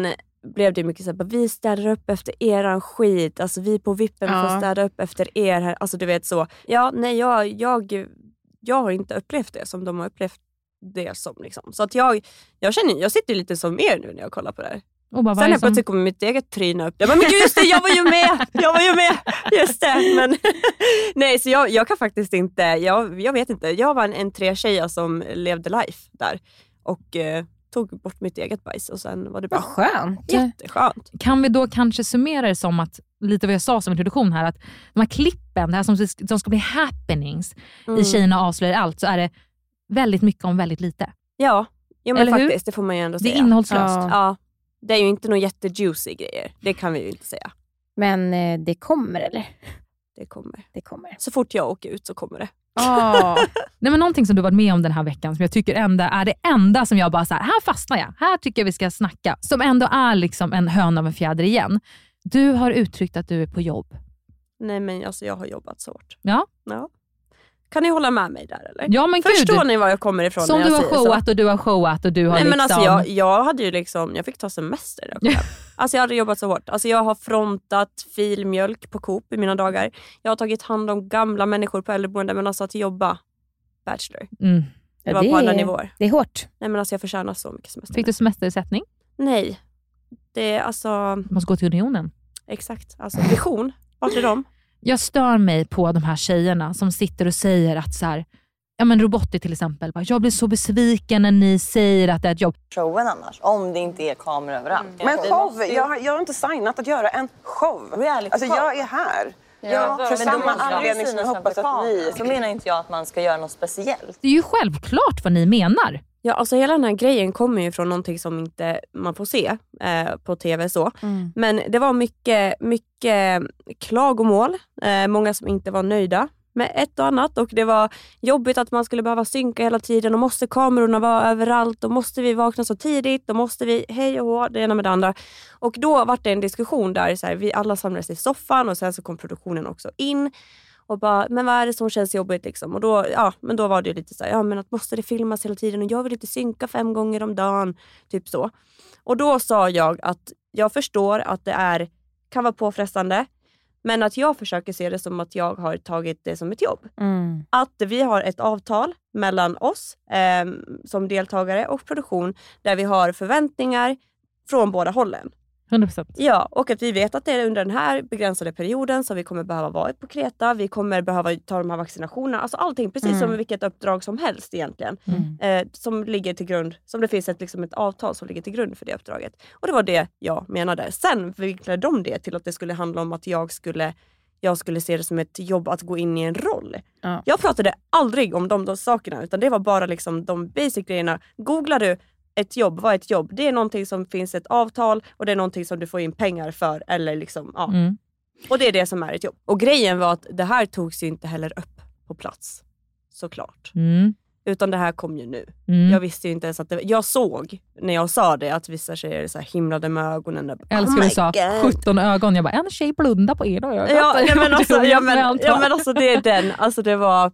blev det mycket så här, vi städar upp efter eran skit. Alltså vi på vippen Ja. får städa upp efter er här. Alltså du vet så. Ja, nej jag, jag, jag har inte upplevt det som de har upplevt det som liksom. Så att jag, jag känner, jag sitter lite som er nu när jag kollar på det här. Och bara, Sen är är plötsligt kommer mitt eget tryna upp. Jag bara, men gud just det, jag var ju med! Jag var ju med! Just det, men nej, så jag, jag kan faktiskt inte, jag, jag vet inte. Jag var en, en tre tjejer som levde life där. Och eh, tog bort mitt eget bajs och sen var det bra. Vad skönt. Jätteskönt. Kan vi då kanske summera det som att, lite vad jag sa som introduktion här, att de här klippen, det här som, som ska bli happenings Mm. i Tjejerna avslöjar allt, så är det väldigt mycket om väldigt lite. Ja, jo, men Eller hur? faktiskt, det får man ju ändå Det säga. är innehållslöst. Ja. ja. Det är ju inte någon jättejuicy grejer. Det kan vi ju inte säga. Men eh, det kommer eller? Det kommer. Det kommer. Så fort jag åker ut så kommer det. Oh. Nej, men någonting som du varit med om den här veckan som jag tycker ändå är det enda som jag bara så här, här fastnar jag. Här tycker jag vi ska snacka. Som ändå är liksom en höna av en fjäder igen. Du har uttryckt att du är på jobb. Nej men alltså jag har jobbat så hårt. Ja. Ja. Kan ni hålla med mig där eller? Ja, men Förstår gud. ni var jag kommer ifrån Som när du jag har säger showat så? och du har showat och du har Nej, liksom... men alltså jag, jag hade ju liksom, jag fick ta semester där jag kom hem. Alltså jag hade jobbat så hårt. Alltså jag har frontat filmjölk på Coop i mina dagar. Jag har tagit hand om gamla människor på äldreboende, men alltså att jobba bachelor. Mm. Det Ja, var det på andra är- nivåer. Det är hårt. Nej men alltså jag förtjänar så mycket semester. Fick du semesterersättning? Nej. Det är alltså... Du måste gå till Unionen. Exakt. Alltså vision. Vart är de? Jag stör mig på de här tjejerna som sitter och säger att så här, ja men Robotti till exempel, bara, jag blir så besviken när ni säger att det är ett jobb. Showen annars, om det inte är kameror överallt. Men show, jag, har- jag har inte signat att göra en show. Alltså jag är här. Ja, för men samma de andra anledning som jag hoppas att vi... Så menar inte jag att man ska göra något speciellt. Det är ju självklart vad ni menar. Ja, alltså hela den här grejen kommer ju från någonting som inte man får se eh, på tv så. Mm. Men det var mycket, mycket klagomål. Eh, många som inte var nöjda med ett och annat. Och det var jobbigt att man skulle behöva synka hela tiden. Och måste kamerorna vara överallt. Och måste vi vakna så tidigt. Och måste vi hej och hå, det ena med det andra. Och då var det en diskussion där så här, vi alla samlades i soffan. Och sen så kom produktionen också in. Och bara, men vad är det som känns jobbigt liksom? Och då, ja, men då var det lite så här, ja men att måste det filmas hela tiden? Och jag vill inte synka fem gånger om dagen. Typ så. Och då sa jag att jag förstår att det är, kan vara påfrestande. Men att jag försöker se det som att jag har tagit det som ett jobb. Mm. Att vi har ett avtal mellan oss eh, som deltagare och produktion. Där vi har förväntningar från båda hållen. hundra procent. Ja, och att vi vet att det är under den här begränsade perioden som vi kommer behöva vara på Kreta. Vi kommer behöva ta de här vaccinationerna. Alltså allting, precis Mm. som med vilket uppdrag som helst egentligen. Mm. Eh, som ligger till grund, som det finns ett, liksom ett avtal som ligger till grund för det uppdraget. Och det var det jag menade. Sen vinklade de det till att det skulle handla om att jag skulle, jag skulle se det som ett jobb att gå in i en roll. Ja. Jag pratade aldrig om de, de sakerna, utan det var bara liksom de basic grejerna. Googlar du ett jobb, vad är ett jobb? Det är någonting som finns ett avtal och det är någonting som du får in pengar för. Eller liksom, ja. Mm. Och det är det som är ett jobb. Och grejen var att det här togs ju inte heller upp på plats. Såklart. Mm. Utan det här kom ju nu. Mm. Jag visste ju inte ens att det var... Jag såg när jag sa det att vissa tjejer så här himlade med ögonen. Där, Jag älskar oh du my sa God. sjutton ögon. Jag bara, en tjej blundar på ena ögat. Ja, nej, men alltså, Det ja, var men, jätteväntat. ja men alltså det är den. Alltså det var...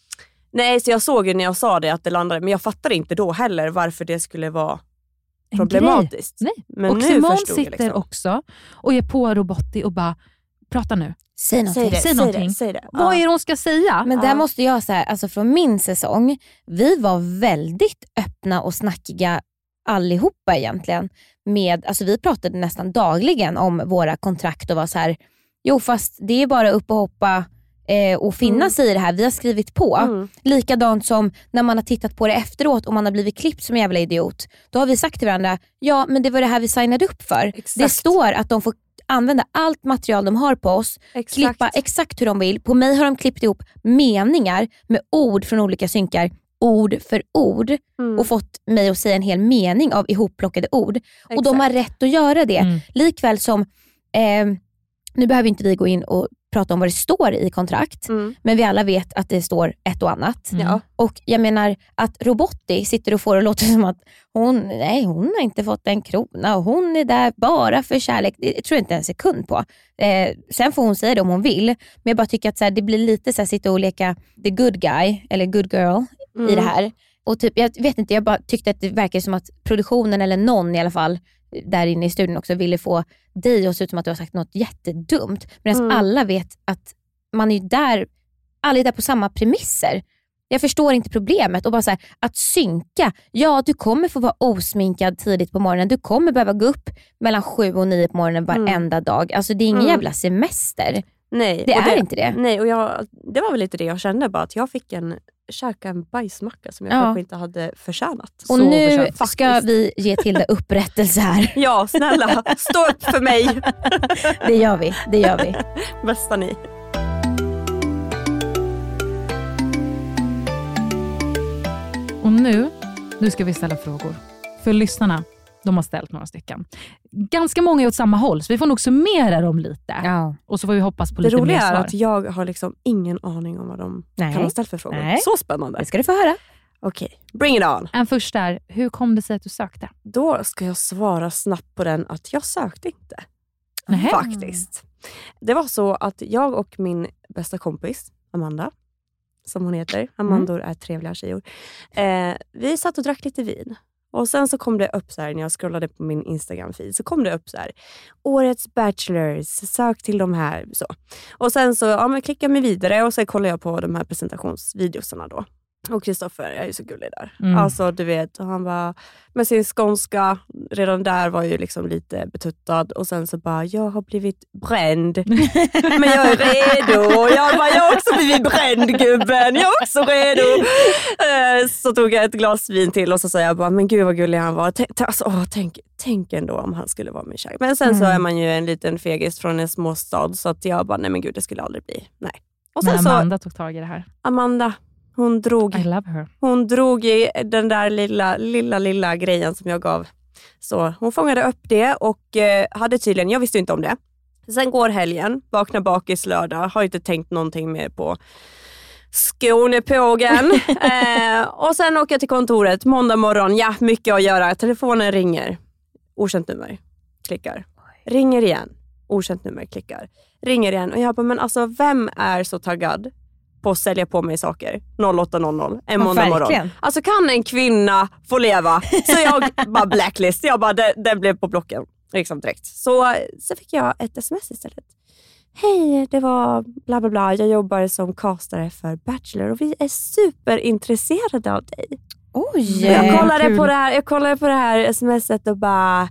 Nej, så jag såg ju när jag sa det att det landade. Men jag fattade inte då heller varför det skulle vara En problematiskt. grej. Nej. Men och nu Simone förstod sitter jag liksom. också och är på Robotti och bara, prata nu. Säg någonting. Säg det, Säg säg någonting. det, säg det. Vad Ja. är det hon ska säga? Men där Ja. måste jag säga, alltså från min säsong, vi var väldigt öppna och snackiga allihopa egentligen. Med, alltså vi pratade nästan dagligen om våra kontrakt och var så här, jo fast det är bara upp och hoppa eh, och finna Mm. sig i det här, vi har skrivit på. Mm. Likadant som när man har tittat på det efteråt och man har blivit klippt som en jävla idiot. Då har vi sagt till varandra, ja men det var det här vi signade upp för. Exakt. Det står att de får använda allt material de har på oss, Exakt. klippa exakt hur de vill. På mig har de klippt ihop meningar med ord från olika synkar, ord för ord, Mm. och fått mig att säga en hel mening av ihopplockade ord. Och de Exakt. har rätt att göra det. Mm. Likväl som, eh, nu behöver inte vi gå in och prata om vad det står i kontrakt, Mm. men vi alla vet att det står ett och annat. Mm. Ja. Och jag menar att Robotti sitter och får det låta som att hon, nej, hon har inte fått en krona och hon är där bara för kärlek. Det tror jag inte en sekund på. Eh, sen får hon säga det om hon vill. Men jag bara tycker att så här, det blir lite så här, sitta och leka the good guy eller good girl Mm. i det här. Och typ, jag vet inte, jag bara tyckte att det verkar som att produktionen eller någon i alla fall där inne i studion också ville få dig att se ut som att du har sagt något jättedumt. Medan mm. alla vet att man är där, alla är där på samma premisser. Jag förstår inte problemet. Och bara så här, att synka. Ja, du kommer få vara osminkad tidigt på morgonen. Du kommer behöva gå upp mellan sju och nio på morgonen varenda mm. dag. Alltså det är ingen mm. jävla semester. Nej, det är det, inte det. Nej, och jag, det var väl lite det jag kände. Bara att jag fick en käka en bajsmacka som jag ja. kanske inte hade förtjänat. Och så nu förtjänat, ska vi ge till det upprättelse här. Ja, snälla. Stå upp för mig. Det gör vi, det gör vi. Bästa ni. Och nu, nu ska vi ställa frågor. För lyssnarna, de har ställt några stycken. Ganska många är åt samma håll, så vi får nog summera dem lite. Ja. Och så får vi hoppas på det lite mer svar. Det roliga är att jag har liksom ingen aning om vad de Nej. kan ha ställt för frågor. Nej. Så spännande. Det ska du få höra. Okej, okay. Bring it on. En första är, hur kom det sig att du sökte? Då ska jag svara snabbt på den att jag sökte inte. Nähe. Faktiskt. Det var så att jag och min bästa kompis, Amanda, som hon heter. Amandor mm. är trevliga tjejor. Eh, vi satt och drack lite vin. Och sen så kom det upp så här, när jag scrollade på min Instagram-feed, så kom det upp så här: årets bachelors, sök till de här. Så. Och sen så ja, men klickar mig vidare och så kollar jag på de här presentationsvideosarna då. Och Kristoffer är ju så gullig där. Mm. Alltså du vet, han var med sin skånska, redan där var ju liksom lite betuttad. Och sen så bara, jag har blivit bränd. Men jag är redo. Jag bara, jag har också blivit bränd gubben. Jag är också redo. Så tog jag ett glas vin till och så sa jag bara, men gud vad gullig han var. Tänk, alltså, åh, tänk, tänk ändå om han skulle vara min kärlek. Men sen mm. så är man ju en liten fegis från en småstad. Så att jag bara, nej men gud det skulle aldrig bli. Nej. Och sen men Amanda så, tog tag i det här. Amanda. Hon drog, I love her. hon drog i den där lilla, lilla, lilla grejen som jag gav. Så hon fångade upp det och eh, hade tydligen, jag visste inte om det. Sen går helgen, vaknar bakis lördag, har inte tänkt någonting mer på Skånepågen. eh, och sen åker jag till kontoret, måndag morgon, ja mycket att göra. Telefonen ringer, okänt nummer, klickar. Ringer igen, okänt nummer, klickar. Ringer igen och jag bara, men alltså vem är så taggad på att sälja på mig saker åtta noll noll en måndag morgon. Alltså kan en kvinna få leva? Så jag bara blacklist. Jag bara, det, det blev på blocken liksom direkt. Så, så fick jag ett sms istället. Hej, det var bla bla bla. Jag jobbar som castare för Bachelor och vi är superintresserade av dig. Oj, jag kollade på det här, jag kollade på det här smset och bara,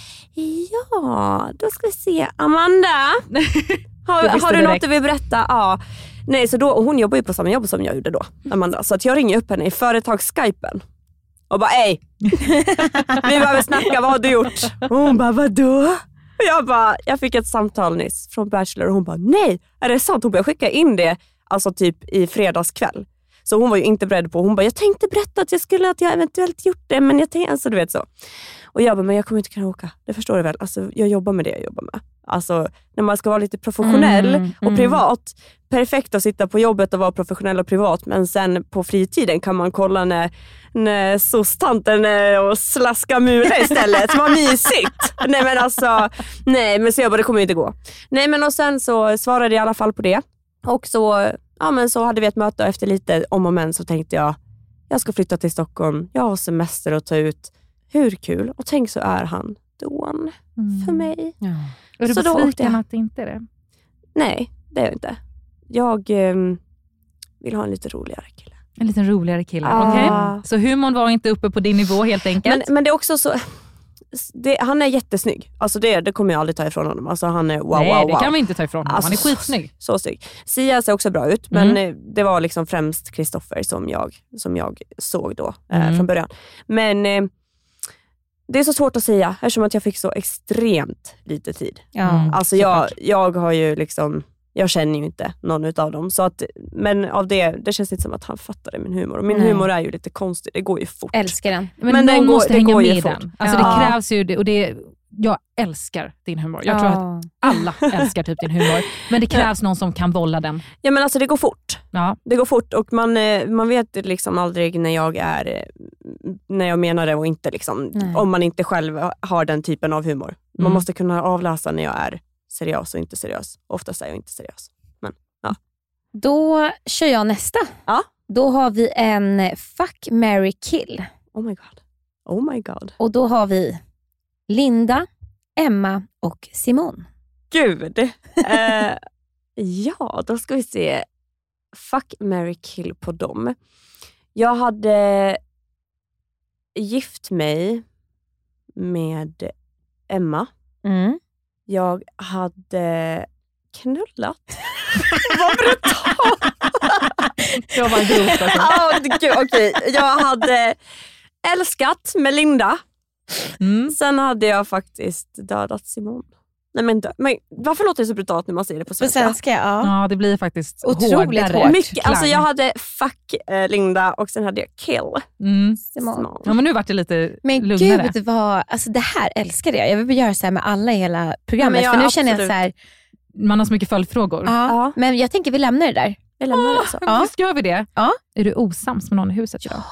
ja, då ska vi se. Amanda, har, har du något du vill berätta? Ja. Nej, så då, hon jobbar ju på samma jobb som jag gjorde då, Amanda. Så att jag ringer upp henne i företags-skypen och bara, ej, vi behöver snacka, vad har du gjort? Och hon bara, vadå? Och jag bara, jag fick ett samtal nyss från Bachelor och hon bara, nej, är det sant? Hon började skicka in det, alltså typ i fredagskväll. Så hon var ju inte beredd på, hon bara, jag tänkte berätta att jag skulle, att jag eventuellt gjort det, men jag tänkte, alltså du vet så. Och jag bara, men jag kommer inte kunna åka, det förstår du väl? Alltså jag jobbar med det jag jobbar med. Alltså när man ska vara lite professionell mm, och privat, perfekt att sitta på jobbet och vara professionell och privat, men sen på fritiden kan man kolla när, när sostanten och slaska mular istället. Vad mysigt! Nej men alltså, nej men så jag bara, det kommer inte gå. Nej men och sen så svarade jag i alla fall på det. Och så, ja men så hade vi ett möte och efter lite om och men så tänkte jag, jag ska flytta till Stockholm, jag har semester att ta ut. Hur kul? Och tänk så är han Don mm. för mig. Ja. Är du besviken att det inte är det? Nej, det är jag inte. Jag eh, vill ha en lite roligare kille. En lite roligare kille, ah. okej. Okay. Så humorn var inte uppe på din nivå helt enkelt? Men, men det är också så... Det, han är jättesnygg. Alltså det, det kommer jag aldrig ta ifrån honom. Alltså han är wow, Nej, wow, wow. det kan vi inte ta ifrån honom. Alltså, han är skitsnygg. Så, så snygg. Sia ser också bra ut. Men mm. det var liksom främst Kristoffer som jag, som jag såg då mm. eh, från början. Men... Eh, det är så svårt att säga eftersom att jag fick så extremt lite tid. Ja, alltså jag, jag har ju liksom, jag känner ju inte någon utav dem. Så att, men av det, det känns inte som att han fattade min humor. Och min Nej. humor är ju lite konstig, det går ju fort. Älskar den. Men, men någon den måste går, hänga går med i den. Alltså ja. det krävs ju, det, och det jag älskar din humor. Jag ja. tror att alla älskar typ din humor. Men det krävs någon som kan bolla den. Ja men alltså det går fort. Ja. Det går fort och man, man vet liksom aldrig när jag är, när jag menar det och inte liksom. Nej. Om man inte själv har den typen av humor. Man mm. måste kunna avläsa när jag är seriös och inte seriös. Oftast är jag inte seriös. Men ja. Då kör jag nästa. Ja. Då har vi en fuck, marry, kill. Oh my god. Oh my god. Och då har vi Linda, Emma och Simon. Gud. eh, ja, då ska vi se. Fuck, marry, kill på dem. Jag hade gift mig med Emma. Mm. Jag hade knullat. Vad brutalt. Det var bara grovt alltså. oh, gud, okej. Jag hade älskat med Linda. Mm. Sen hade jag faktiskt dödat Simon. Nej men, dö- men varför låter det så brutalt när man säger det på svenska? På svenska, ja. Ja, det blir faktiskt otroligt hårdare. hårt. Mycket, alltså jag hade fuck eh, Linda och sen hade jag kill. Mm. Simon. Ja, men nu vart det lite men lugnare. gud, vad, alltså det här älskar jag. Jag vill göra så här med alla i hela programmet. Ja, för nu absolut. känner jag så här. Man har så mycket följdfrågor. Ja, Ja. men jag tänker vi lämnar det där. Vi lämnar det så. Ja. Visst gör vi det? Ja. Är du osams med någon i huset idag?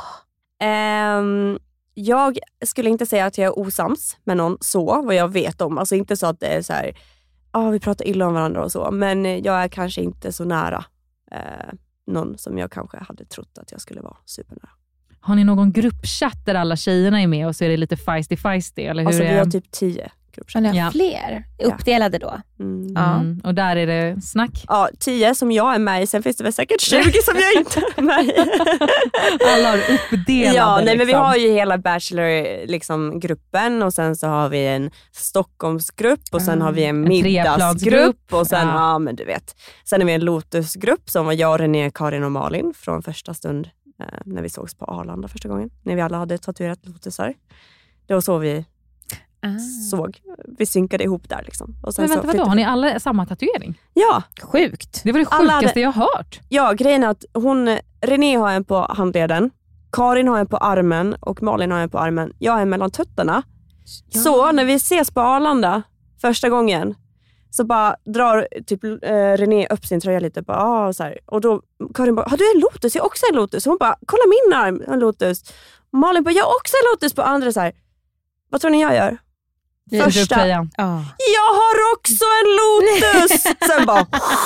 Ehm, jag skulle inte säga att jag är osams med någon så, vad jag vet om. Alltså inte så att det är så här, ah, vi pratar illa om varandra och så. Men jag är kanske inte så nära eh, någon som jag kanske hade trott att jag skulle vara supernära. Har ni någon gruppchatt där alla tjejerna är med och så är det lite feisty feisty? Eller hur Alltså är... vi har typ tio Har ni har Ja. fler? Uppdelade då? Mm. Ja. Mm. Och där är det snack. Ja, tio som jag är med i. Sen finns det väl säkert tjugo som jag inte är med i. Alla har uppdelade. Ja, nej, men vi liksom. har ju hela Bachelor-gruppen liksom, och sen så har vi en Stockholmsgrupp och sen Mm. har vi en En middagsgrupp treplansgrupp. och sen, Ja. ja. men du vet. Sen har vi en Lotusgrupp som var jag, René, Karin och Malin från första stund eh, när vi sågs på Arlanda första gången. När vi alla hade tatuerat lotusar. Det var så vi Ah. såg. Vi synkade ihop där liksom. Och sen Men vänta, så vadå? Har ni alla samma tatuering? Ja. Sjukt. Det var det Alla sjukaste hade- jag har hört. Ja, grejen är att hon, René har en på handleden, Karin har en på armen och Malin har en på armen. Jag är mellan tuttarna. Ja. Så när vi ses på Arlanda första gången så bara drar typ eh, René upp sin tröja lite bara, ah, och, så här. Och då Karin bara, har du en lotus? Jag har också en lotus. Hon bara, kolla min arm, en lotus. Och Malin bara, jag har också en lotus på andra. Så här. Vad tror ni jag gör? Första, Ja. jag har också en lotus! Sen bara,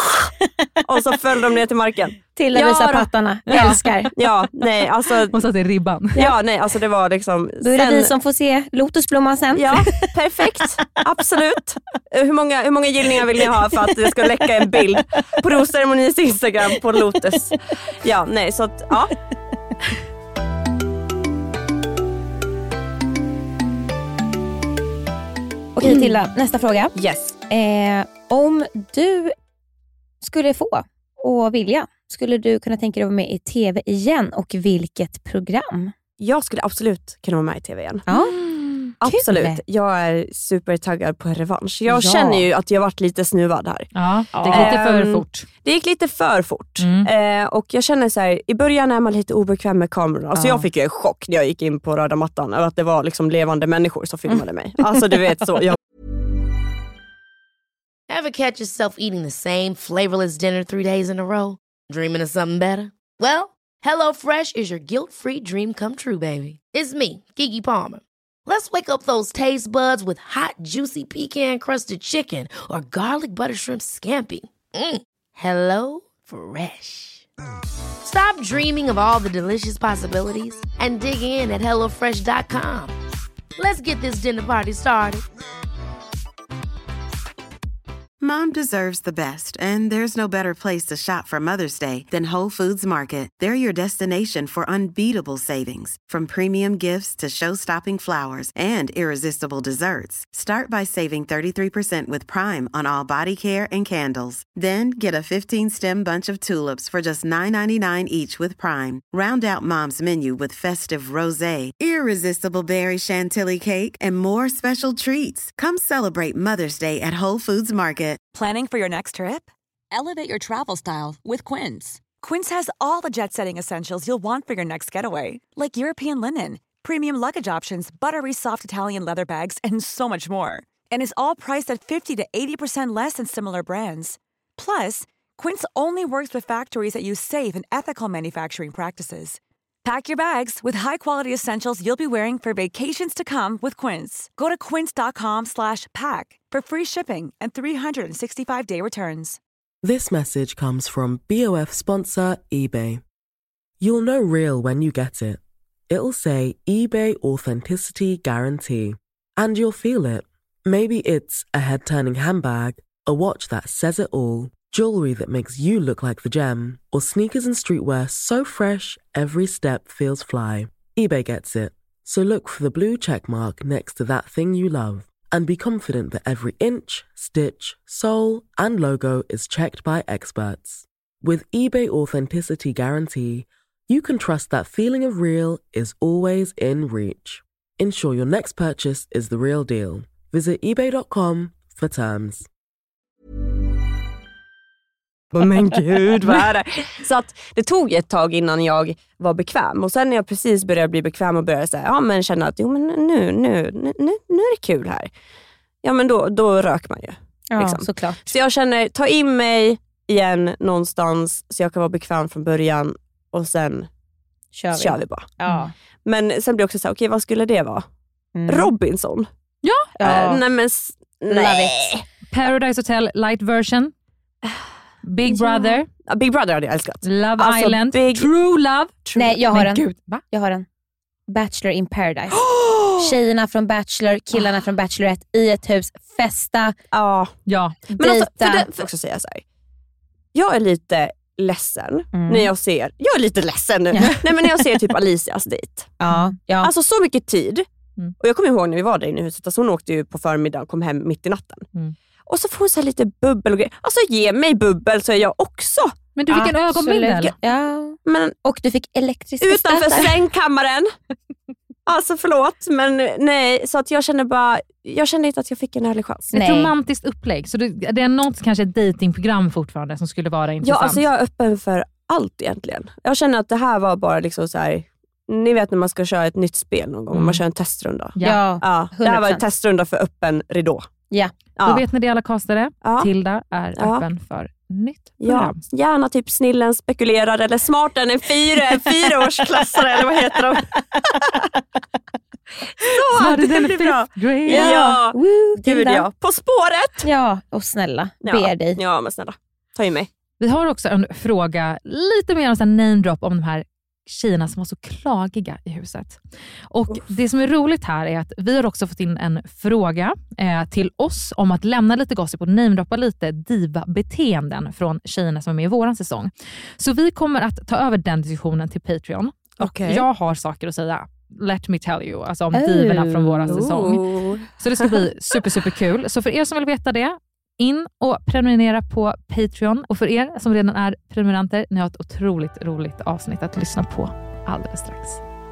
och så föll de ner till marken. Till att Ja, visa då. pattarna. Ja. Älskar. Ja, nej, alltså. Hon satt i ribban. Ja, nej, alltså det var liksom. Då är det sen- vi som får se lotusblomman sen. Ja, perfekt. Absolut. Hur många, hur många gillningar vill ni ha för att det ska läcka en bild på rosceremonis Instagram på Lotus? Ja, nej, så att, ja. Okej Tilda, nästa fråga. Yes. Eh, om du skulle få och vilja, skulle du kunna tänka dig att vara med i tv igen och vilket program? Jag skulle absolut kunna vara med i tv igen. Ja. Absolut. Kul. Jag är supertaggad på revansch. Jag Ja. känner ju att jag varit lite snuvad här. Ja, det gick lite för Ehm, fort. Det gick lite för fort. Mm. Eh, och jag känner så här, i början är man lite obekväm med kamerorna. Alltså Ja. jag fick ju en chock när jag gick in på röda mattan över att det var liksom levande människor som filmade mig. Alltså du vet så. Jag... Ever catch yourself eating the same flavorless dinner three days in a row? Dreaming of something better? Well, HelloFresh is your guilt-free dream come true, baby. It's me, Keke Palmer. Let's wake up those taste buds with hot, juicy pecan-crusted chicken or garlic butter shrimp scampi. Mm. Hello Fresh. Stop dreaming of all the delicious possibilities and dig in at hello fresh dot com. Let's get this dinner party started. Mom deserves the best, and there's no better place to shop for Mother's Day than Whole Foods Market. They're your destination for unbeatable savings, from premium gifts to show-stopping flowers and irresistible desserts. Start by saving thirty-three percent with Prime on all body care and candles. Then get a fifteen-stem bunch of tulips for just nine ninety-nine each with Prime. Round out Mom's menu with festive rosé, irresistible berry chantilly cake, and more special treats. Come celebrate Mother's Day at Whole Foods Market. Planning for your next trip? Elevate your travel style with Quince. Quince has all the jet-setting essentials you'll want for your next getaway, like European linen, premium luggage options, buttery soft Italian leather bags, and so much more. And is all priced at fifty to eighty percent less than similar brands. Plus, Quince only works with factories that use safe and ethical manufacturing practices. Pack your bags with high-quality essentials you'll be wearing for vacations to come with Quince. Go to quince.com slash pack for free shipping and three sixty-five day returns. This message comes from B O F sponsor eBay. You'll know real when you get it. It'll say eBay Authenticity Guarantee. And you'll feel it. Maybe it's a head-turning handbag, a watch that says it all, jewelry that makes you look like the gem, or sneakers and streetwear so fresh every step feels fly. eBay gets it. So look for the blue check mark next to that thing you love and be confident that every inch, stitch, sole, and logo is checked by experts. With eBay Authenticity Guarantee, you can trust that feeling of real is always in reach. Ensure your next purchase is the real deal. Visit ebay dot com for terms. Men gud, vad är det? Så att det tog ett tag innan jag var bekväm. Och sen när jag precis började bli bekväm och började säga, ja men känna att jo, men nu, nu, nu, nu är det kul här. Ja men då, då rök man ju. Ja, liksom. såklart. Så jag känner, ta in mig igen någonstans så jag kan vara bekväm från början. Och sen kör vi, kör vi bara. Ja. Men sen blir det också så här, okej okay, vad skulle det vara? Mm. Robinson? Ja. Uh, nej men, nej. Paradise Hotel light version. Big Brother. Ja, Big Brother hade jag älskat. Love alltså, Island. Big... True Love. True... Nej, jag har Men den. Gud, va? Jag har den. Bachelor in Paradise. Tjejerna från Bachelor, killarna från Bachelorette i ett hus, festa. Ja. Ja. Men alltså, för det, för också säga så här. Jag är lite ledsen mm. när jag ser, jag är lite ledsen nu. Ja. Nej men när jag ser typ Alicias dejt. Ja, ja. Alltså så mycket tid. Mm. Och jag kommer ihåg när vi var där inne i huset, alltså hon åkte ju på förmiddagen och kom hem mitt i natten. Mm. Och så får hon så här lite bubbel och grejer. Alltså ge mig bubbel så är jag också. Men du fick en ögonbindel. Ja. Men och du fick elektriska utanför stötar. Sängkammaren. Alltså förlåt, men nej. Så att jag känner bara, jag känner inte att jag fick en ärlig chans. Ett romantiskt upplägg. Så det, det är något kanske ett datingprogram fortfarande som skulle vara intressant. Ja, alltså jag är öppen för allt egentligen. Jag känner att det här var bara liksom så här. Ni vet när man ska köra ett nytt spel någon gång. Mm. Man kör en testrunda. Ja, ja. Det här var en testrunda för öppen ridå. Ja. Ja. Då vet ni det alla kastare. Ja. Tilda är ja. öppen för nytt program. Ja, gärna typ snillen spekulerar eller smarten en fyra, en fyraårsklassare eller vad heter de? Så, det blir bra. Ja, ja. Woo, gud ja. På spåret. Ja, och snälla, ja. ber dig. Ja, men snälla, ta in mig. Vi har också en fråga, lite mer om en name drop om de här tjejerna som var så klagiga i huset. Och Uff. Det som är roligt här är att vi har också fått in en fråga eh, till oss om att lämna lite gossip och namedroppa lite diva-beteenden från tjejerna som är med i våran säsong. Så vi kommer att ta över den diskussionen till Patreon. Okay. Och jag har saker att säga. Let me tell you. Alltså om oh. divorna från våran säsong. Oh. Så det ska bli super, super kul. Så för er som vill veta det, in och prenumerera på Patreon. Och för er som redan är prenumeranter, ni har ett otroligt roligt avsnitt att lyssna på alldeles strax.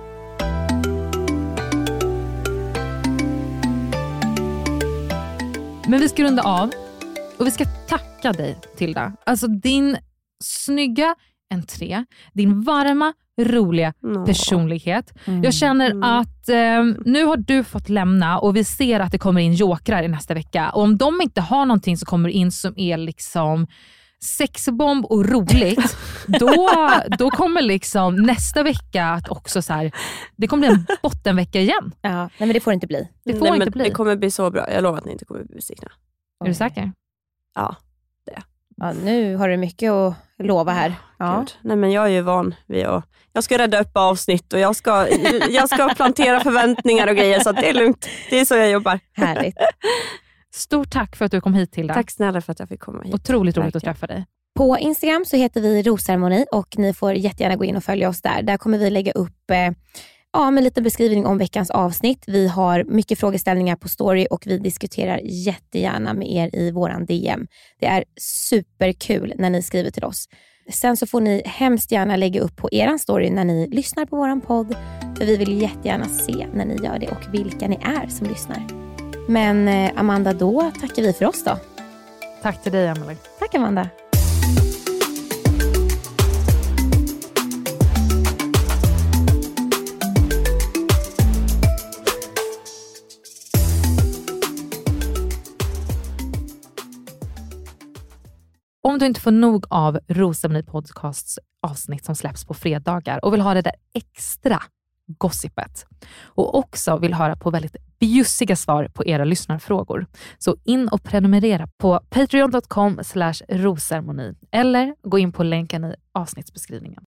Men vi ska runda av och vi ska tacka dig, Tilda. Alltså din snygga entré, din varma, roliga no. personlighet. Mm. Jag känner mm. att eh, nu har du fått lämna och vi ser att det kommer in jokrar i nästa vecka. Och om de inte har någonting som kommer in som är liksom sexbomb och roligt, då, då kommer liksom nästa vecka att också så här, det kommer bli en bottenvecka igen. Ja, nej, men det får det inte bli. Det får nej, inte bli. Det kommer bli så bra. Jag lovar att ni inte kommer bli besvikna. Är du säker? Ja, det. Ja, nu har du mycket att lova här. Ja. Nej, men jag är ju van vid att jag ska rädda upp avsnitt och jag ska, jag ska plantera förväntningar och grejer, så att det är lugnt. Det är så jag jobbar. Härligt. Stort tack för att du kom hit, Tilda. Tack snälla för att jag fick komma hit. Otroligt roligt att träffa dig. På Instagram så heter vi Rosceremoni och ni får jättegärna gå in och följa oss där. Där kommer vi lägga upp eh, ja, med lite beskrivning om veckans avsnitt. Vi har mycket frågeställningar på story och vi diskuterar jättegärna med er i våran D M. Det är superkul när ni skriver till oss. Sen så får ni hemskt gärna lägga upp på eran story när ni lyssnar på våran podd. För vi vill jättegärna se när ni gör det och vilka ni är som lyssnar. Men eh, Amanda, då tackar vi för oss då. Tack till dig, Emily. Tack, Amanda. Om du inte får nog av Rosceremoni Podcasts avsnitt som släpps på fredagar och vill ha det där extra gossipet och också vill höra på väldigt bjussiga svar på era lyssnarfrågor, så in och prenumerera på patreon dot com slash rosceremoni eller gå in på länken i avsnittsbeskrivningen.